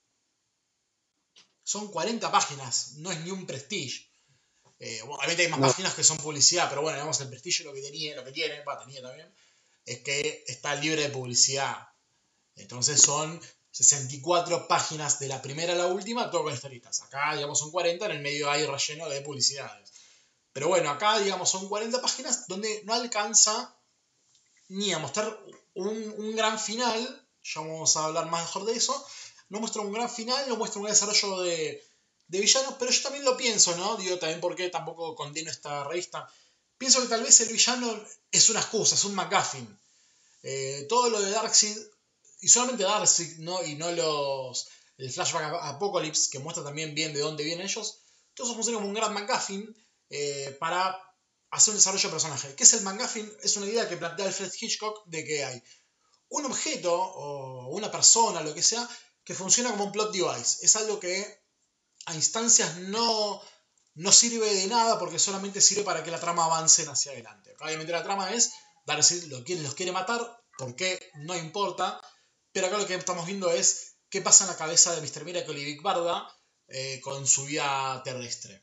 son 40 páginas, no es ni un prestige. Obviamente hay más no, páginas que son publicidad, pero bueno, digamos, el prestigio lo que tiene, tenía también, es que está libre de publicidad. Entonces son 64 páginas de la primera a la última, todo con historietas. Acá, digamos, son 40, en el medio hay relleno de publicidades. Pero bueno, acá, digamos, son 40 páginas donde no alcanza ni a mostrar un gran final, ya vamos a hablar más mejor de eso, no muestra un gran final, no muestra un desarrollo de villanos, pero yo también lo pienso, ¿no? Digo, también porque tampoco condeno esta revista. Pienso que tal vez el villano es una excusa, es un McGuffin. Todo lo de Darkseid, y solamente Darkseid, ¿no? Y no el flashback Apocalypse, que muestra también bien de dónde vienen ellos, todo eso funciona como un gran McGuffin para hacer un desarrollo de personaje. ¿Qué es el McGuffin? Es una idea que plantea Alfred Hitchcock de que hay un objeto o una persona, lo que sea, que funciona como un plot device. Es algo que a instancias no sirve de nada porque solamente sirve para que la trama avance hacia adelante. Obviamente la trama es, Darcy los quiere matar, ¿por qué? No importa, pero acá lo que estamos viendo es qué pasa en la cabeza de Mr. Miracle y Big Barda con su vida terrestre.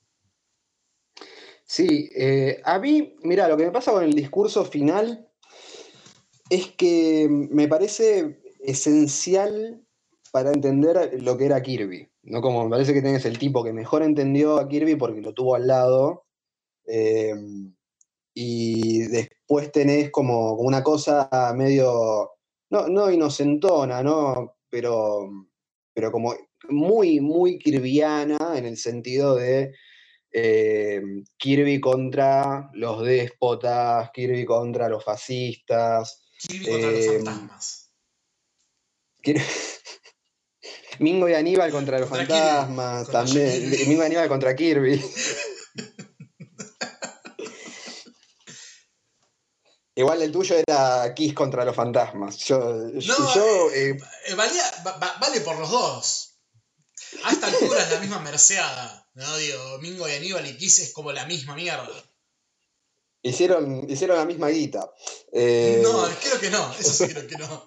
sí. A mí, mira, lo que me pasa con el discurso final es que me parece esencial para entender lo que era Kirby, ¿no? Como me parece que tenés el tipo que mejor entendió a Kirby porque lo tuvo al lado, eh, y después tenés como una cosa medio, no inocentona, ¿no? Pero como muy, muy kirviana en el sentido de Kirby contra los déspotas, Kirby contra los fascistas. Kirby contra los fantasmas. Mingo y Aníbal contra los Contra Kirby. fantasmas, Contra Jack también. Kirby. Mingo y Aníbal contra Kirby. Igual el tuyo era Kiss contra los fantasmas. Vale por los dos. A esta altura es la misma merceada. No, digo, Mingo y Aníbal y Kiss es como la misma mierda. Hicieron la misma guita. No, creo que no. Eso sí creo que no.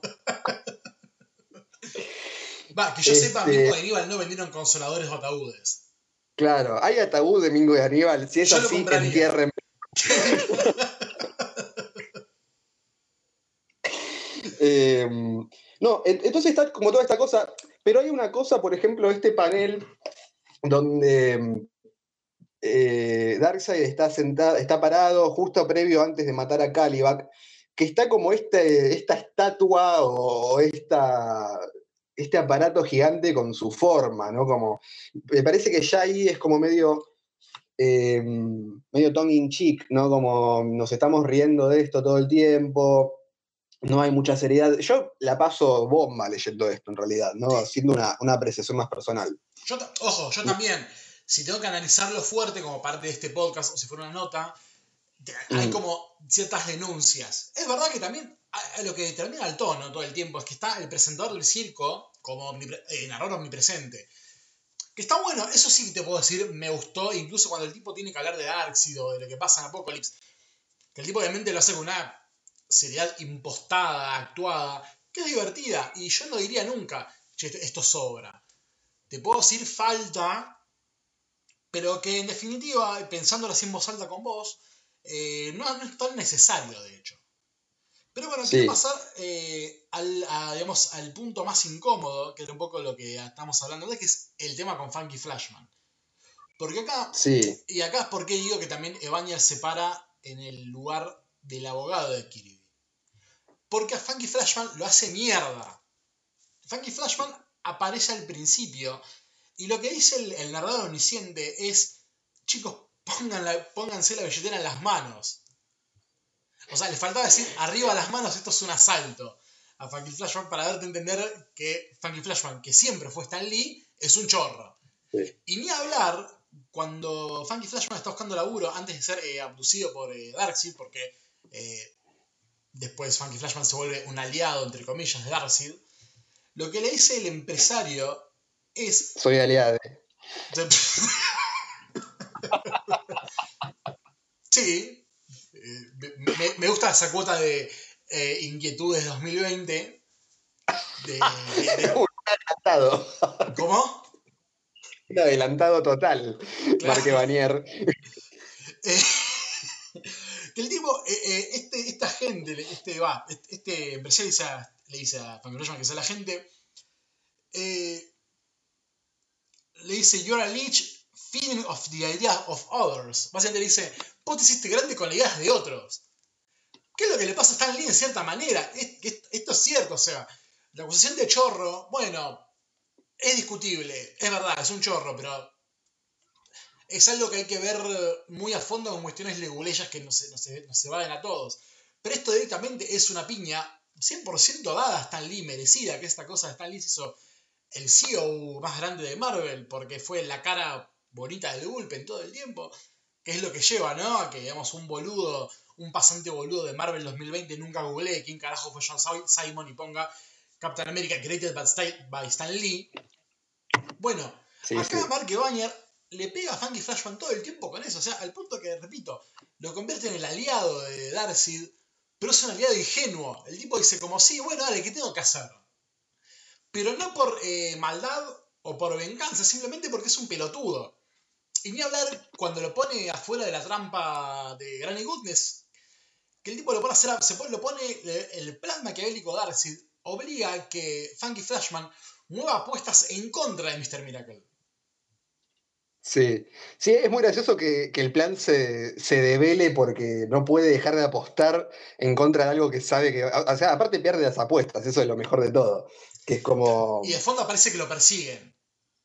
Que yo sepa, Mingo y Aníbal no vendieron consoladores o ataúdes. Claro, hay ataúd de Mingo y Aníbal. Si es yo así, entierren. No, entonces está como toda esta cosa, pero hay una cosa, por ejemplo, este panel donde Darkseid está parado justo previo antes de matar a Kalibak, que está como esta estatua o este aparato gigante con su forma, ¿no? Como, me parece que ya ahí es como medio tongue in cheek, ¿no? Como nos estamos riendo de esto todo el tiempo. No hay mucha seriedad. Yo la paso bomba leyendo esto, en realidad, ¿no? Haciendo una apreciación más personal. Yo también. Si tengo que analizarlo fuerte como parte de este podcast, o si fuera una nota, hay como ciertas denuncias. Es verdad que también lo que determina el tono todo el tiempo es que está el presentador del circo como narrador omnipresente. Que está bueno, eso sí te puedo decir, me gustó, incluso cuando el tipo tiene que hablar de Darkseid o de lo que pasa en Apocalypse, que el tipo obviamente lo hace con una seriedad impostada, actuada, que es divertida, y yo no diría nunca, che, esto sobra. Te puedo decir falta, pero que en definitiva, pensándolo así en voz alta con vos, no es tan necesario, de hecho. Pero bueno, quiero pasar al punto más incómodo, que es un poco lo que estamos hablando de, que es el tema con Funky Flashman. Porque acá, y acá es porque digo que también Evanier se para en el lugar del abogado de Kirby. Porque a Funky Flashman lo hace mierda. Funky Flashman aparece al principio y lo que dice el narrador omnisciente es: chicos, pónganse la billetera en las manos. O sea, le faltaba decir arriba las manos, esto es un asalto a Funky Flashman para darte a entender que Funky Flashman, que siempre fue Stan Lee, es un chorro. Sí. Y ni hablar cuando Funky Flashman está buscando laburo antes de ser abducido por Darkseid, porque después Funky Flashman se vuelve un aliado, entre comillas, de Darkseid. Lo que le dice el empresario es... Soy aliado. Sí. Me gusta esa cuota de inquietudes 2020. Un adelantado. ¿Cómo? Un adelantado total, claro. Marque Vanier. Que el tipo, esta gente, este empresario le dice a Funky Flashman, que es la gente, le dice: "You're a leech feeding of the idea of others". Básicamente le dice: vos te hiciste grande con las ideas de otros. ¿Qué es lo que le pasa a Stan Lee en cierta manera? Esto es cierto, o sea, la acusación de chorro, bueno, es discutible, es verdad, es un chorro, pero es algo que hay que ver muy a fondo con cuestiones leguleyas que no se vayan a todos. Pero esto directamente es una piña 100% dada a Stan Lee, merecida, que esta cosa de Stan Lee se hizo el CEO más grande de Marvel, porque fue la cara bonita del Bullpen todo el tiempo, que es lo que lleva, ¿no? A que, digamos, un pasante boludo de Marvel 2020 nunca googlee quién carajo fue John Simon y ponga Captain America created by Stan Lee. Bueno, acá Mark Evanier le pega a Funky Flashman todo el tiempo con eso, o sea, al punto que, repito, lo convierte en el aliado de Darkseid, pero es un aliado ingenuo. El tipo dice como: sí, bueno, dale, ¿qué tengo que hacer? Pero no por maldad o por venganza, simplemente porque es un pelotudo. Y ni hablar cuando lo pone afuera de la trampa de Granny Goodness, que el tipo lo pone a hacer, lo pone el plan maquiavélico de Darkseid, obliga a que Funky Flashman mueva apuestas en contra de Mr. Miracle. Sí, es muy gracioso que el plan se devele porque no puede dejar de apostar en contra de algo que sabe que... O sea, aparte pierde las apuestas, eso es lo mejor de todo. Que es como... Y de fondo parece que lo persiguen.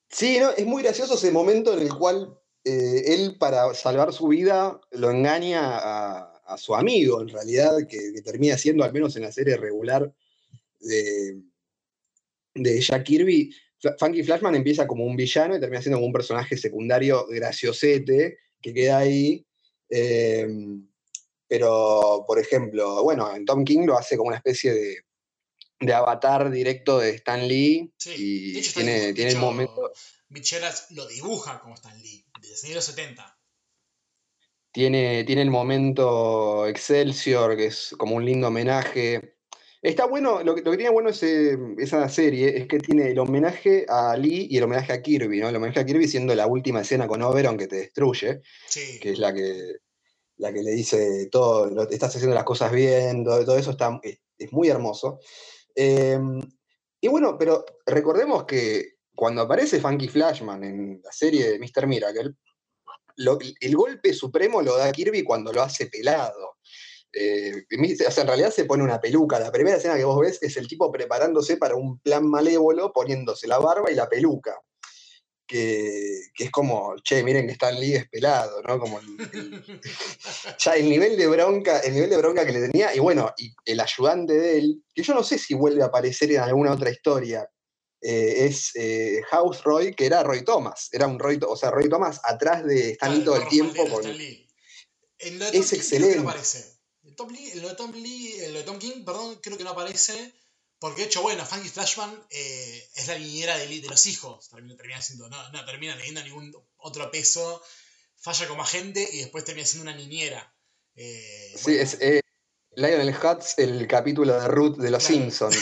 Sí, no, es muy gracioso ese momento en el cual él, para salvar su vida, lo engaña a su amigo, en realidad, que termina siendo, al menos en la serie regular de, de Jack Kirby. Funky Flashman empieza como un villano y termina siendo como un personaje secundario graciosete que queda ahí. Eh, pero, por ejemplo, bueno, en Tom King lo hace como una especie de avatar directo de Stan Lee Sí, de hecho, y tiene el momento. Michelas lo dibuja como Stan Lee, desde los 70. Tiene el momento Excelsior, que es como un lindo homenaje. Está bueno, lo que tiene bueno esa serie es que tiene el homenaje a Lee y el homenaje a Kirby, ¿no? El homenaje a Kirby siendo la última escena con Oberon que te destruye, que Sí. es la que le dice todo, estás haciendo las cosas bien, todo eso es muy hermoso. Eh, y bueno, pero recordemos que cuando aparece Funky Flashman en la serie de Mr. Miracle, el golpe supremo lo da Kirby cuando lo hace pelado. O sea, en realidad se pone una peluca. La primera escena que vos ves es el tipo preparándose para un plan malévolo, poniéndose la barba y la peluca. Que es como, che, miren que Stan Lee es pelado, ¿no? Como ya el nivel de bronca que le tenía, y bueno, y el ayudante de él, que yo no sé si vuelve a aparecer en alguna otra historia, es House Roy, que era Roy Thomas, era un Roy, o sea, Roy Thomas atrás de Stan Claro, Lee el todo el perro tiempo faldero de con... Stan Lee. En lo de Tom Es King creo que no excelente. aparece. En lo de Tom Lee, en lo de Tom King, perdón, creo que no aparece. Porque de hecho, bueno, Funky Flashman es la niñera de los hijos. Termina siendo, no termina teniendo ningún otro peso. Falla como agente y después termina siendo una niñera. Sí, Bueno, es Lionel Hutz, el capítulo de Ruth de Los claro. Simpsons.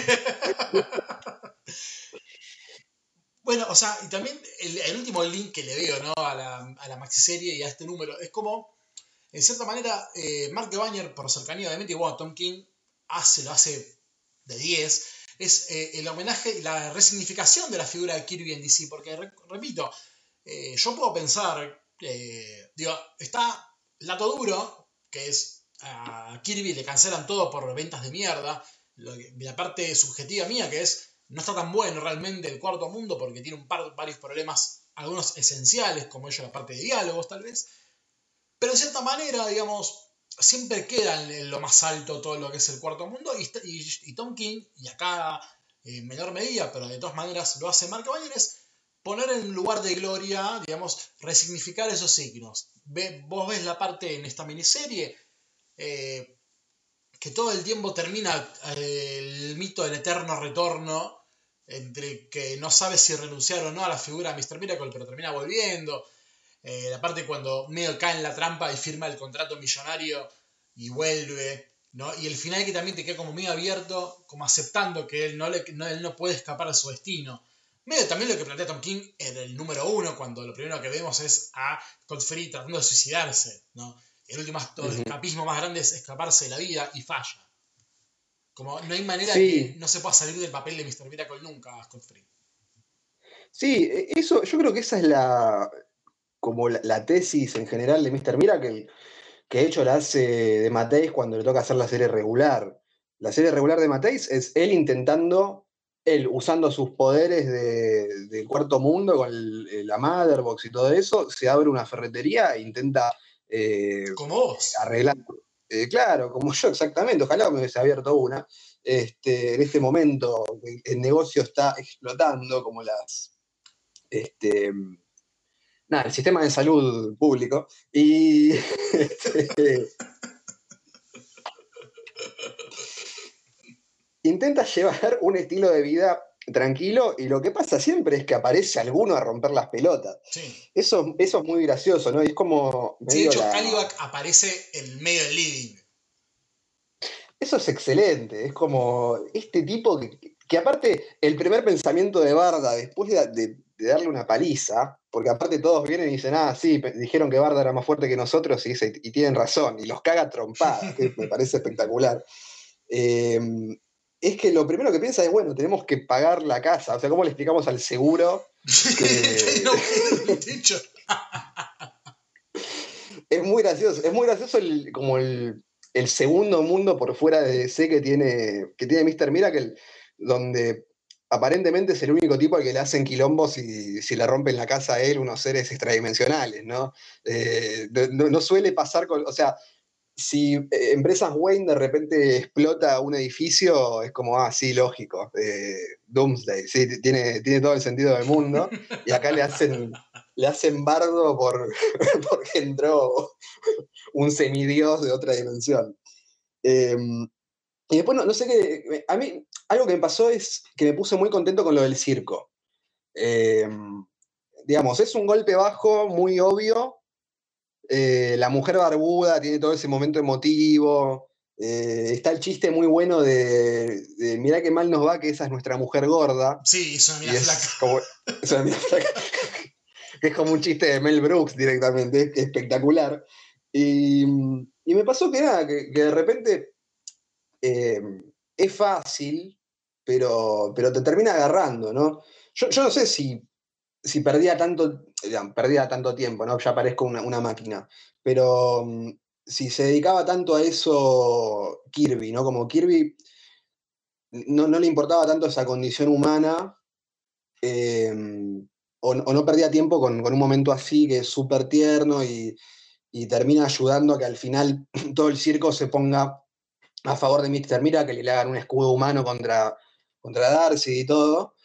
Bueno, o sea, y también el último link que le veo, ¿no? A la maxiserie y a este número es como, en cierta manera, Mark Bañer, por cercanía, obviamente, y bueno, Tom King lo hace de 10, es el homenaje y la resignificación de la figura de Kirby en DC, porque, repito, yo puedo pensar, digo, está Lato Duro, que es a Kirby le cancelan todo por ventas de mierda, la parte subjetiva mía, que es, no está tan bueno realmente el Cuarto Mundo, porque tiene varios problemas, algunos esenciales, como ello la parte de diálogos, tal vez, pero en cierta manera, digamos, siempre queda en lo más alto todo lo que es el Cuarto Mundo y Tom King, y acá en menor medida, pero de todas maneras lo hace Mark Bañeres, poner en lugar de gloria, digamos, resignificar esos signos. Vos ves la parte en esta miniserie eh, que todo el tiempo termina el mito del eterno retorno, entre que no sabe si renunciar o no a la figura de Mr. Miracle, pero termina volviendo. La parte cuando medio cae en la trampa y firma el contrato millonario y vuelve, ¿no? Y el final que también te queda como medio abierto, como aceptando que él no puede escapar de su destino. Medio también lo que plantea Tom King en el número 1, cuando lo primero que vemos es a Godfrey tratando de suicidarse, ¿no? El último acto de escapismo más grande es escaparse de la vida y falla. Como no hay manera de que Sí, no se pueda salir del papel de Mr. Miracle nunca, Godfrey. sí, eso, yo creo que esa es como la tesis en general de Mr. Miracle, que de hecho la hace de Mateis cuando le toca hacer la serie regular. La serie regular de Mateis es él usando sus poderes de cuarto mundo con la Motherbox y todo eso, se abre una ferretería e intenta Como vos. arreglar. Claro, como yo exactamente, ojalá me hubiese abierto una. En este momento el negocio está explotando, como este, el sistema de salud público. Y intenta llevar un estilo de vida tranquilo y lo que pasa siempre es que aparece alguno a romper las pelotas. Sí. Eso es muy gracioso, ¿no? Y es como Sí, de medio hecho, la... Calibac aparece en medio del living. Eso es excelente, es como este tipo que aparte el primer pensamiento de Barda después de darle una paliza, porque aparte todos vienen y dicen, ah, sí, dijeron que Barda era más fuerte que nosotros y tienen razón, y los caga trompadas, que me parece espectacular. Eh, es que lo primero que piensa es, bueno, tenemos que pagar la casa, o sea, ¿cómo le explicamos al seguro Que hay que un agujero en el techo. es muy gracioso como el segundo mundo por fuera de DC que tiene Mr. Miracle, donde aparentemente es el único tipo al que le hacen quilombos si le rompen la casa a él unos seres extradimensionales, ¿no? No suele pasar con, o sea, si Empresas Wayne de repente explota un edificio, es como, sí, lógico, Doomsday, sí, tiene todo el sentido del mundo, y acá le hacen bardo porque entró un semidios de otra dimensión. Y después, no sé qué, a mí algo que me pasó es que me puse muy contento con lo del circo. Digamos, es un golpe bajo muy obvio. La mujer barbuda tiene todo ese momento emotivo. Está el chiste muy bueno de mirá qué mal nos va que esa es nuestra mujer gorda. Sí, es una mina flaca. Es una mina flaca. Que es como un chiste de Mel Brooks directamente, es espectacular. Y me pasó que nada, que de repente es fácil, pero te termina agarrando, ¿no? Yo no sé si perdía tanto tiempo, ¿no? Ya parezco una máquina. Pero si se dedicaba tanto a eso Kirby, ¿no? Como Kirby no le importaba tanto esa condición humana, o no perdía tiempo con un momento así que es súper tierno y termina ayudando a que al final todo el circo se ponga a favor de Mr. Miracle, que le hagan un escudo humano contra Darcy y todo.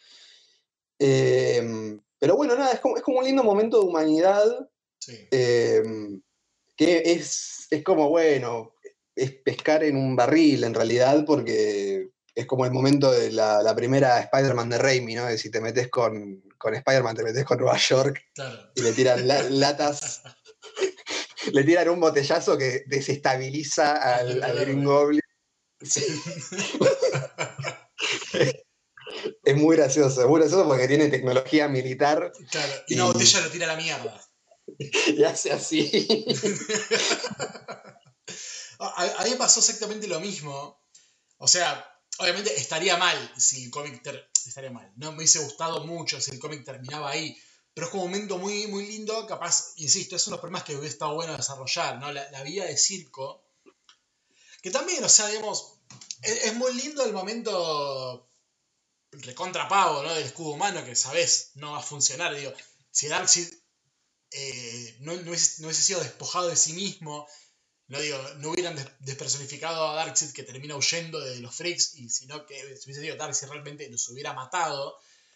Pero bueno, nada, es como un lindo momento de humanidad. Sí. Que es como, bueno, es pescar en un barril en realidad, porque es como el momento de la primera Spider-Man de Raimi, ¿no? De si te metes con Spider-Man, te metes con Nueva York, Claro. y le tiran latas, le tiran un botellazo que desestabiliza al Green Goblin. Sí. Es muy gracioso porque tiene tecnología militar. Claro, y una botella lo tira a la mierda. Y hace así. A mí me pasó exactamente lo mismo. O sea, obviamente estaría mal si el cómic estaría mal. No me hubiese gustado mucho si el cómic terminaba ahí. Pero es como un momento muy, muy lindo. Capaz, insisto, es uno de los problemas que hubiera estado bueno desarrollar, ¿no? La vida de circo. Que también, o sea, digamos, es muy lindo el momento recontra pavo, ¿no? Del escudo humano que sabes no va a funcionar. Digo, si Darkseid no hubiese sido despojado de sí mismo, no hubieran despersonificado a Darkseid que termina huyendo de los Freaks, y sino que si hubiese sido Darkseid realmente los hubiera matado.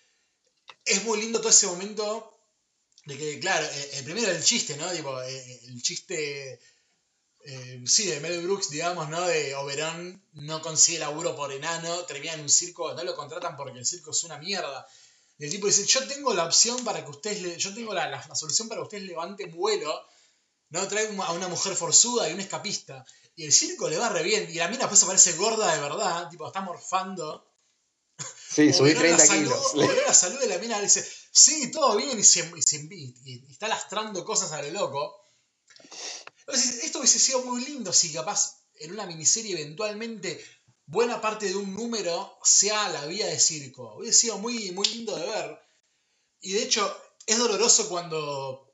Es muy lindo todo ese momento de que, claro, el primero el chiste, ¿no? Tipo, el chiste, sí, de Mel Brooks, digamos, ¿no? De Oberón no consigue laburo por enano, termina en un circo, no lo contratan porque el circo es una mierda. Y el tipo dice, yo tengo la opción para que ustedes, yo tengo la solución para que ustedes levanten vuelo, ¿no? Trae a una mujer forzuda y un escapista. Y el circo le va re bien. Y la mina después aparece gorda de verdad, tipo, está morfando. Sí, subí 30 kilos. Oberón la saluda y la mina le dice, sí, todo bien, y está lastrando cosas a lo loco. Entonces, esto hubiese sido muy lindo si capaz en una miniserie eventualmente buena parte de un número sea la vida de circo. Hubiese sido muy, muy lindo de ver. Y de hecho, es doloroso cuando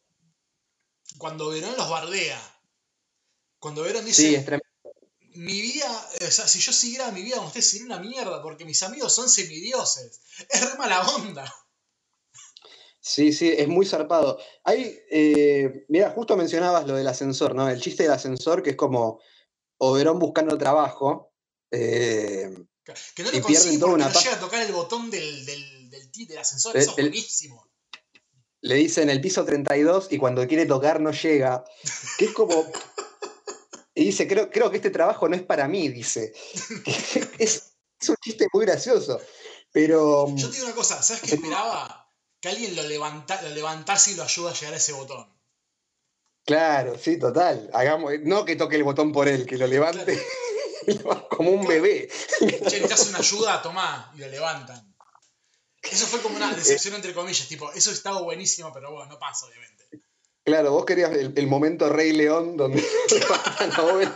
Verón los bardea. Cuando Verón dice, Sí, es tremendo. mi vida, o sea, si yo siguiera mi vida con ustedes sería una mierda, porque mis amigos son semidioses. Es re mala onda. Sí, es muy zarpado. Mira, justo mencionabas lo del ascensor, ¿no? El chiste del ascensor, que es como Oberón buscando trabajo, Que no lo y consigue pierden toda porque una no llega a tocar el botón del ascensor. Eso es el- buenísimo. le dicen el piso 32 y cuando quiere tocar no llega. Que es como. Y dice, creo que este trabajo no es para mí, dice. Es un chiste muy gracioso. Pero. Yo te digo una cosa, ¿sabes qué esperaba? Que alguien lo levantase y lo ayude a llegar a ese botón. Claro, sí, total. No que toque el botón por él, que lo Claro, levante como un bebé. che, necesitas una ayuda, tomá, y lo levantan. Eso fue como una decepción entre comillas, tipo, eso estaba buenísimo, pero bueno, no pasa, obviamente. Claro, vos querías el momento Rey León donde levantan a Oberón.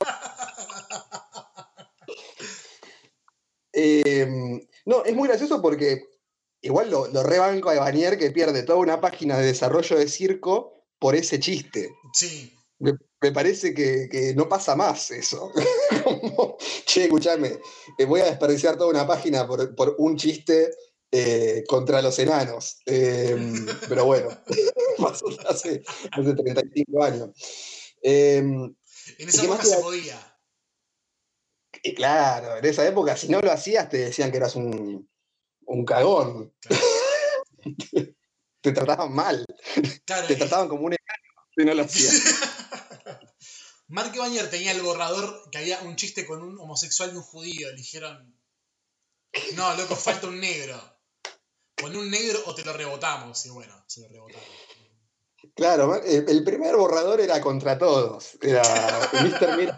No, es muy gracioso porque igual lo rebanco a Evanier, que pierde toda una página de desarrollo de circo por ese chiste. Sí. Me parece que no pasa más eso. Como, che, escuchame, voy a desperdiciar toda una página por un chiste contra los enanos. Pero bueno, pasó hace 35 años. En ¿Y esa qué más época te iba se a podía. decir? Claro, en esa época, si no lo hacías, te decían que eras un cagón. Claro. Te trataban mal. Claro, Te trataban como un enano si no lo hacías. Mark Bannier tenía el borrador que había un chiste con un homosexual y un judío. Le dijeron, no, loco, falta un negro. Pon un negro o te lo rebotamos. Y bueno, se lo rebotaron. Claro, el primer borrador era contra todos. Era Mr. Mira.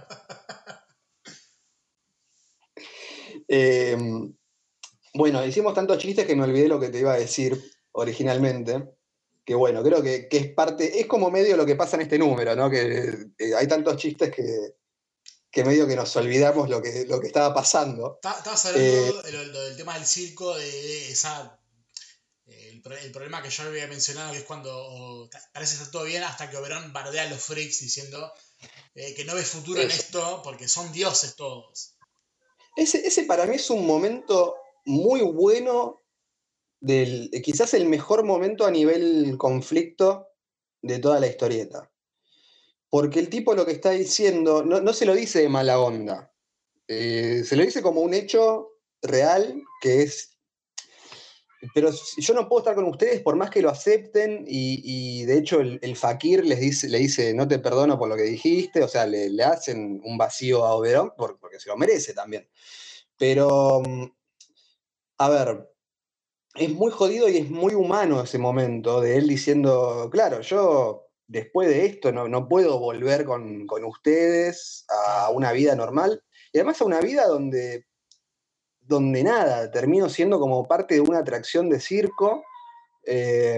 Bueno, hicimos tantos chistes que me olvidé lo que te iba a decir originalmente. Que bueno, creo que es parte, es como medio lo que pasa en este número, ¿no? Que hay tantos chistes que medio que nos olvidamos lo que estaba pasando. Estabas Eh, hablando del tema del circo, de esa el problema que yo había mencionado, que es cuando parece estar todo bien hasta que Oberón bardea a los freaks diciendo que no ve futuro en eso. esto porque son dioses todos. Ese para mí es un momento muy bueno, quizás el mejor momento a nivel conflicto de toda la historieta. Porque el tipo lo que está diciendo no se lo dice de mala onda, se lo dice como un hecho real que es. Pero yo no puedo estar con ustedes por más que lo acepten y de hecho el fakir le dice, no te perdono por lo que dijiste, o sea, le hacen un vacío a Oberón porque se lo merece también. Pero, a ver, es muy jodido y es muy humano ese momento de él diciendo, claro, yo después de esto no puedo volver con ustedes a Claro. una vida normal y además a una vida donde nada, termino siendo como parte de una atracción de circo. Eh,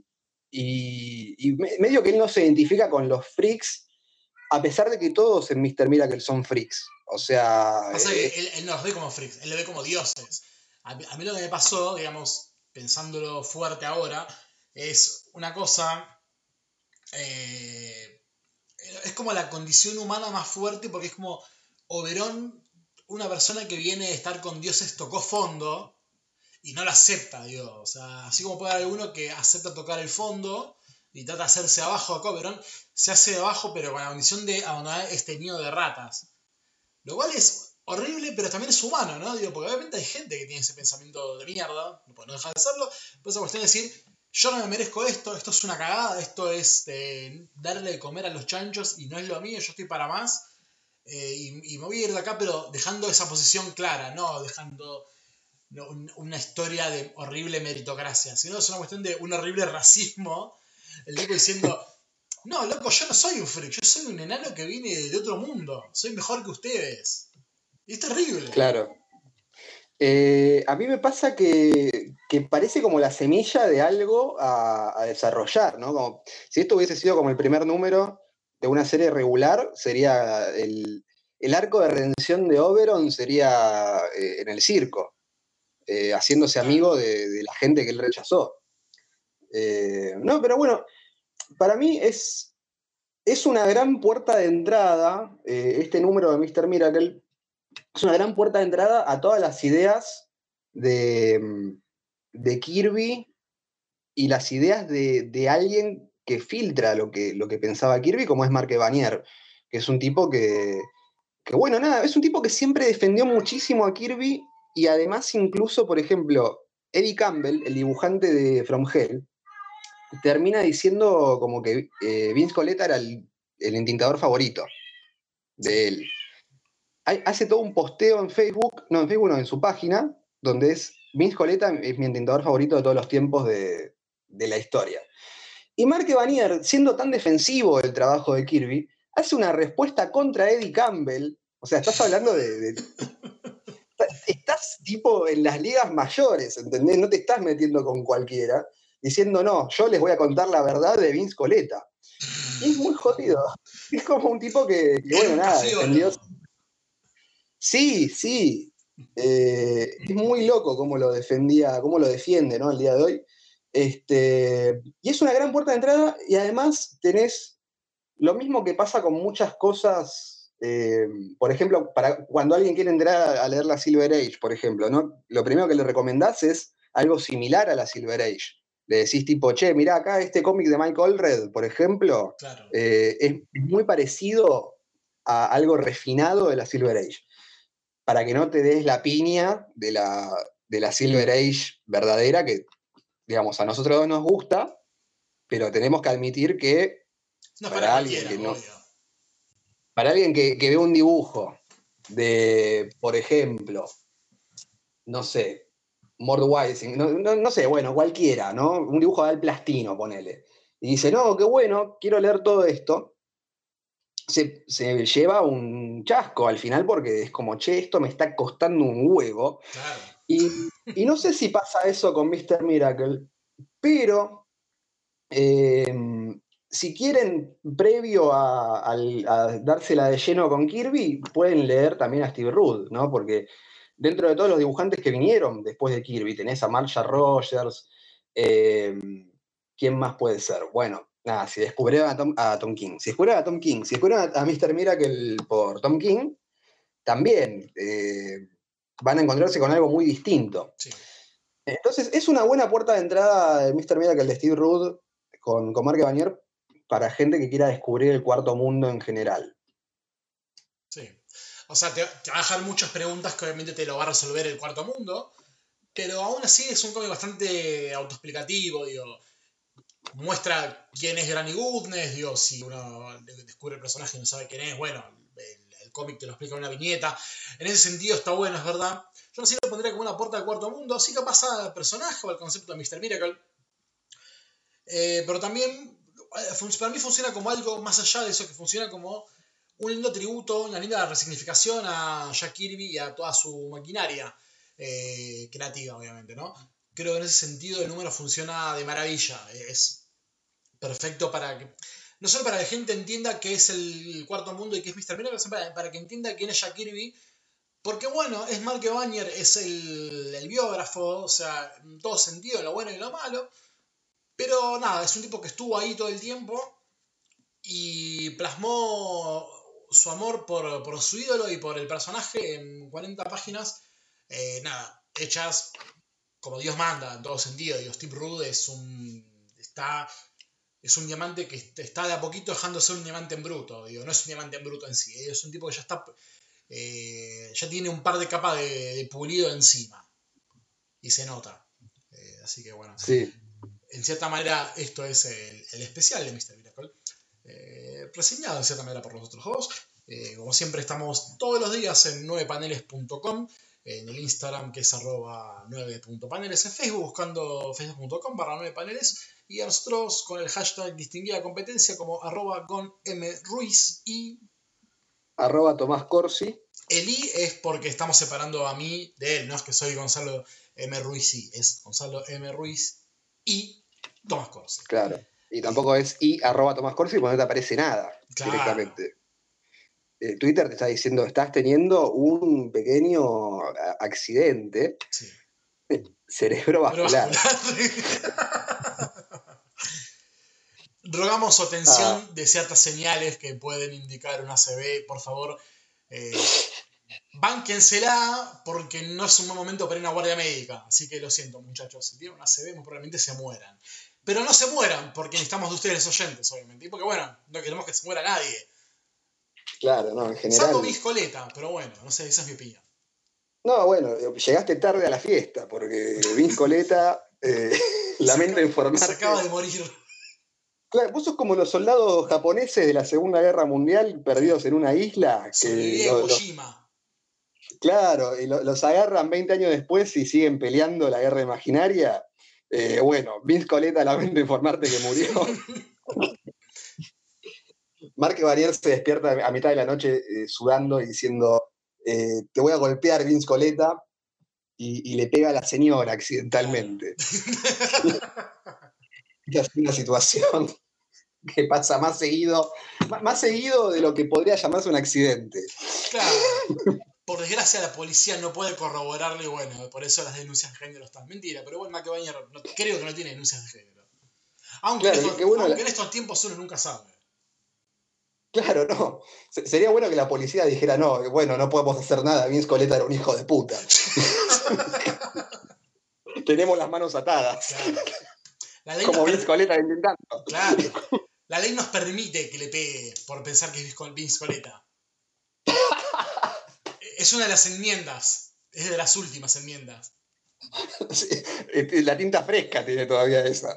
y medio que él no se identifica con los freaks, a pesar de que todos en Mr. Miracle son freaks. O sea, Pasa que él no los ve como freaks, él los ve como dioses. A mí lo que me pasó, digamos, pensándolo fuerte ahora, es una cosa. eh, es como la condición humana más fuerte porque es como Oberón, una persona que viene de estar con dioses, tocó fondo y no lo acepta, digo. O sea, así como puede haber alguno que acepta tocar el fondo y trata de hacerse abajo de Oberón, se hace de abajo pero con la condición de abandonar este nido de ratas. Lo cual es horrible, pero también es humano, ¿no? Digo, porque obviamente hay gente que tiene ese pensamiento de mierda, no deja de serlo, pero esa cuestión de decir, yo no me merezco esto es una cagada, esto es darle de comer a los chanchos y no es lo mío, yo estoy para más, y me voy a ir de acá, pero dejando esa posición clara, no dejando una historia de horrible meritocracia, sino es una cuestión de un horrible racismo, el tipo diciendo, no, loco, yo no soy un freak, yo soy un enano que viene de otro mundo, soy mejor que ustedes. Y es terrible. claro. A mí me pasa que parece como la semilla de algo a desarrollar, ¿no? Como, si esto hubiese sido como el primer número de una serie regular, sería el arco de redención de Oberon sería en el circo, haciéndose Claro. amigo de la gente que él rechazó. No, pero bueno, para mí es una gran puerta de entrada, este número de Mr. Miracle, es una gran puerta de entrada a todas las ideas de Kirby y las ideas de alguien que filtra lo que pensaba Kirby, como es Mark Evanier, que es un tipo que, bueno, nada, es un tipo que siempre defendió muchísimo a Kirby y además incluso, por ejemplo, Eddie Campbell, el dibujante de From Hell, termina diciendo como que Vince Coletta era el entintador favorito de él. Hace todo un posteo en Facebook no, en su página, donde es Vince Coletta es mi entintador favorito de todos los tiempos de la historia. Y Mark Evanier, siendo tan defensivo del trabajo de Kirby, hace una respuesta contra Eddie Campbell. O sea, estás hablando estás tipo en las ligas mayores, ¿entendés? No te estás metiendo con cualquiera, diciendo, no, yo les voy a contar la verdad de Vince Coletta. Y es muy jodido. Es como un tipo que Era bueno, un nada, defendió. cafeolo. Sí, sí. Es muy loco cómo lo defendía, cómo lo defiende, ¿no? Al día de hoy. Y es una gran puerta de entrada y además tenés lo mismo que pasa con muchas cosas, por ejemplo, para cuando alguien quiere entrar a leer la Silver Age, por ejemplo, ¿no? Lo primero que le recomendás es algo similar a la Silver Age. Le decís tipo, che, mirá acá este cómic de Mike Allred, por ejemplo, Claro. Es muy parecido a algo refinado de la Silver Age. Para que no te des la piña de la Silver Age verdadera, que, digamos, a nosotros nos gusta, pero tenemos que admitir que No para alguien cualquiera, que no, obvio. para alguien que ve un dibujo de, por ejemplo, no sé, Mordwising, no sé, bueno, cualquiera, ¿no? Un dibujo de Al Plastino, ponele. Y dice, no, qué bueno, quiero leer todo esto. Se lleva un chasco al final porque es como, che, esto me está costando un huevo. Claro. Y no sé si pasa eso con Mr. Miracle, pero si quieren, previo a dársela de lleno con Kirby, pueden leer también a Steve Rude, ¿no? Porque dentro de todos los dibujantes que vinieron después de Kirby, tenés a Marshall Rogers, ¿quién más puede ser? Bueno, nada, si descubrieron a Tom King, si descubrieron a Tom King, si descubrieron a Mr. Miracle por Tom King, también van a encontrarse con algo muy distinto. Sí. Entonces, es una buena puerta de entrada de Mr. Miracle de Steve Rude con Mark Evanier para gente que quiera descubrir el cuarto mundo en general. Sí. O sea, te va a dejar muchas preguntas que obviamente te lo va a resolver el cuarto mundo, pero aún así es un cómic bastante autoexplicativo, digo. Muestra quién es Granny Goodness, digo, si uno descubre el personaje y no sabe quién es, bueno, el cómic te lo explica en una viñeta. En ese sentido está bueno, es verdad. Yo no sé si lo pondría como una puerta al cuarto mundo, sí que pasa al personaje o al concepto de Mr. Miracle. Pero también para mí funciona como algo más allá de eso, que funciona como un lindo tributo, una linda resignificación a Jack Kirby y a toda su maquinaria creativa, obviamente, ¿no? Creo que en ese sentido el número funciona de maravilla. Es perfecto para que, no solo para que la gente entienda qué es el cuarto mundo y qué es Mr. Miracle, sino para que entienda quién es Jack Kirby. Porque bueno, es Mark Evanier, es el biógrafo, o sea, en todo sentido, en lo bueno y en lo malo. Pero nada, es un tipo que estuvo ahí todo el tiempo y plasmó su amor por su ídolo y por el personaje en 40 páginas, nada, hechas como Dios manda, en todo sentido. Digo, Steve Rude es un diamante que está de a poquito dejando de ser un diamante en bruto. Digo, no es un diamante en bruto en sí, es un tipo que ya está, ya tiene un par de capas de pulido encima y se nota. Así que bueno, Sí. en cierta manera esto es el especial de Mr. Miracle. Reseñado en cierta manera por nosotros dos. Como siempre estamos todos los días en 9paneles.com, en el Instagram que es @9.paneles, en Facebook buscando facebook.com/9paneles y a nosotros con el hashtag distinguida competencia como @gonmruiz y Tomás Corsi. el I es porque estamos separando a mí de él, no es que soy Gonzalo M. Ruiz y es Gonzalo M. Ruiz y Tomás Corsi. Claro. Y tampoco es @Tomás Corsi porque no te aparece nada Claro. directamente. Twitter te está diciendo, estás teniendo un pequeño accidente Sí. cerebrovascular. Rogamos su atención de ciertas señales que pueden indicar una ACV. Por favor, bánquensela porque no es un buen momento para ir a una guardia médica. Así que lo siento, muchachos. Si tienen una ACV, muy probablemente se mueran. Pero no se mueran porque necesitamos de ustedes, oyentes, obviamente. Y porque, bueno, no queremos que se muera nadie. Claro, no, en general. Salvo Miss Coleta, pero bueno, no sé, esa es mi opinión. No, bueno, llegaste tarde a la fiesta porque Vince Coleta, lamento informarte. Se acaba de morir. Claro, vos sos como los soldados japoneses de la Segunda Guerra Mundial perdidos en una isla. Sobreviví a Kojima. Claro, y los agarran 20 años después y siguen peleando la guerra imaginaria. Bueno, Vince Coleta, lamento informarte que murió. Mark Evanier se despierta a mitad de la noche sudando y diciendo, te voy a golpear, Vince Coleta, y le pega a la señora accidentalmente. Es una situación que pasa más seguido de lo que podría llamarse un accidente. Claro. Por desgracia la policía no puede corroborarlo y bueno, por eso las denuncias de género están. Mentira, pero igual McEvanier creo que no tiene denuncias de género. Aunque, claro, en estos tiempos uno nunca sabe. Claro, no. Sería bueno que la policía dijera, no, bueno, no podemos hacer nada, Vince Coleta era un hijo de puta. Tenemos las manos atadas. Claro. La ley Como nos Vince Coletta intentando. Claro. La ley nos permite que le pegue por pensar que es Vince Coletta. Es una de las enmiendas. Es de las últimas enmiendas. Sí, la tinta fresca tiene todavía esa.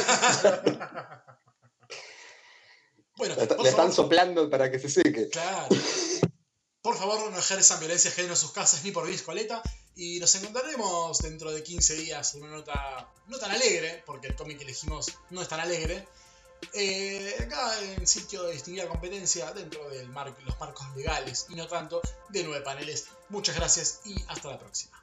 Bueno, la están soplando para que se seque. Claro. Por favor, no ejerzan violencia de género en sus casas ni por Vince Coletta. Y nos encontraremos dentro de 15 días en una nota no tan alegre, porque el cómic que elegimos no es tan alegre. Acá en sitio de distinguida competencia, dentro de los marcos legales y no tanto, de 9 paneles. Muchas gracias y hasta la próxima.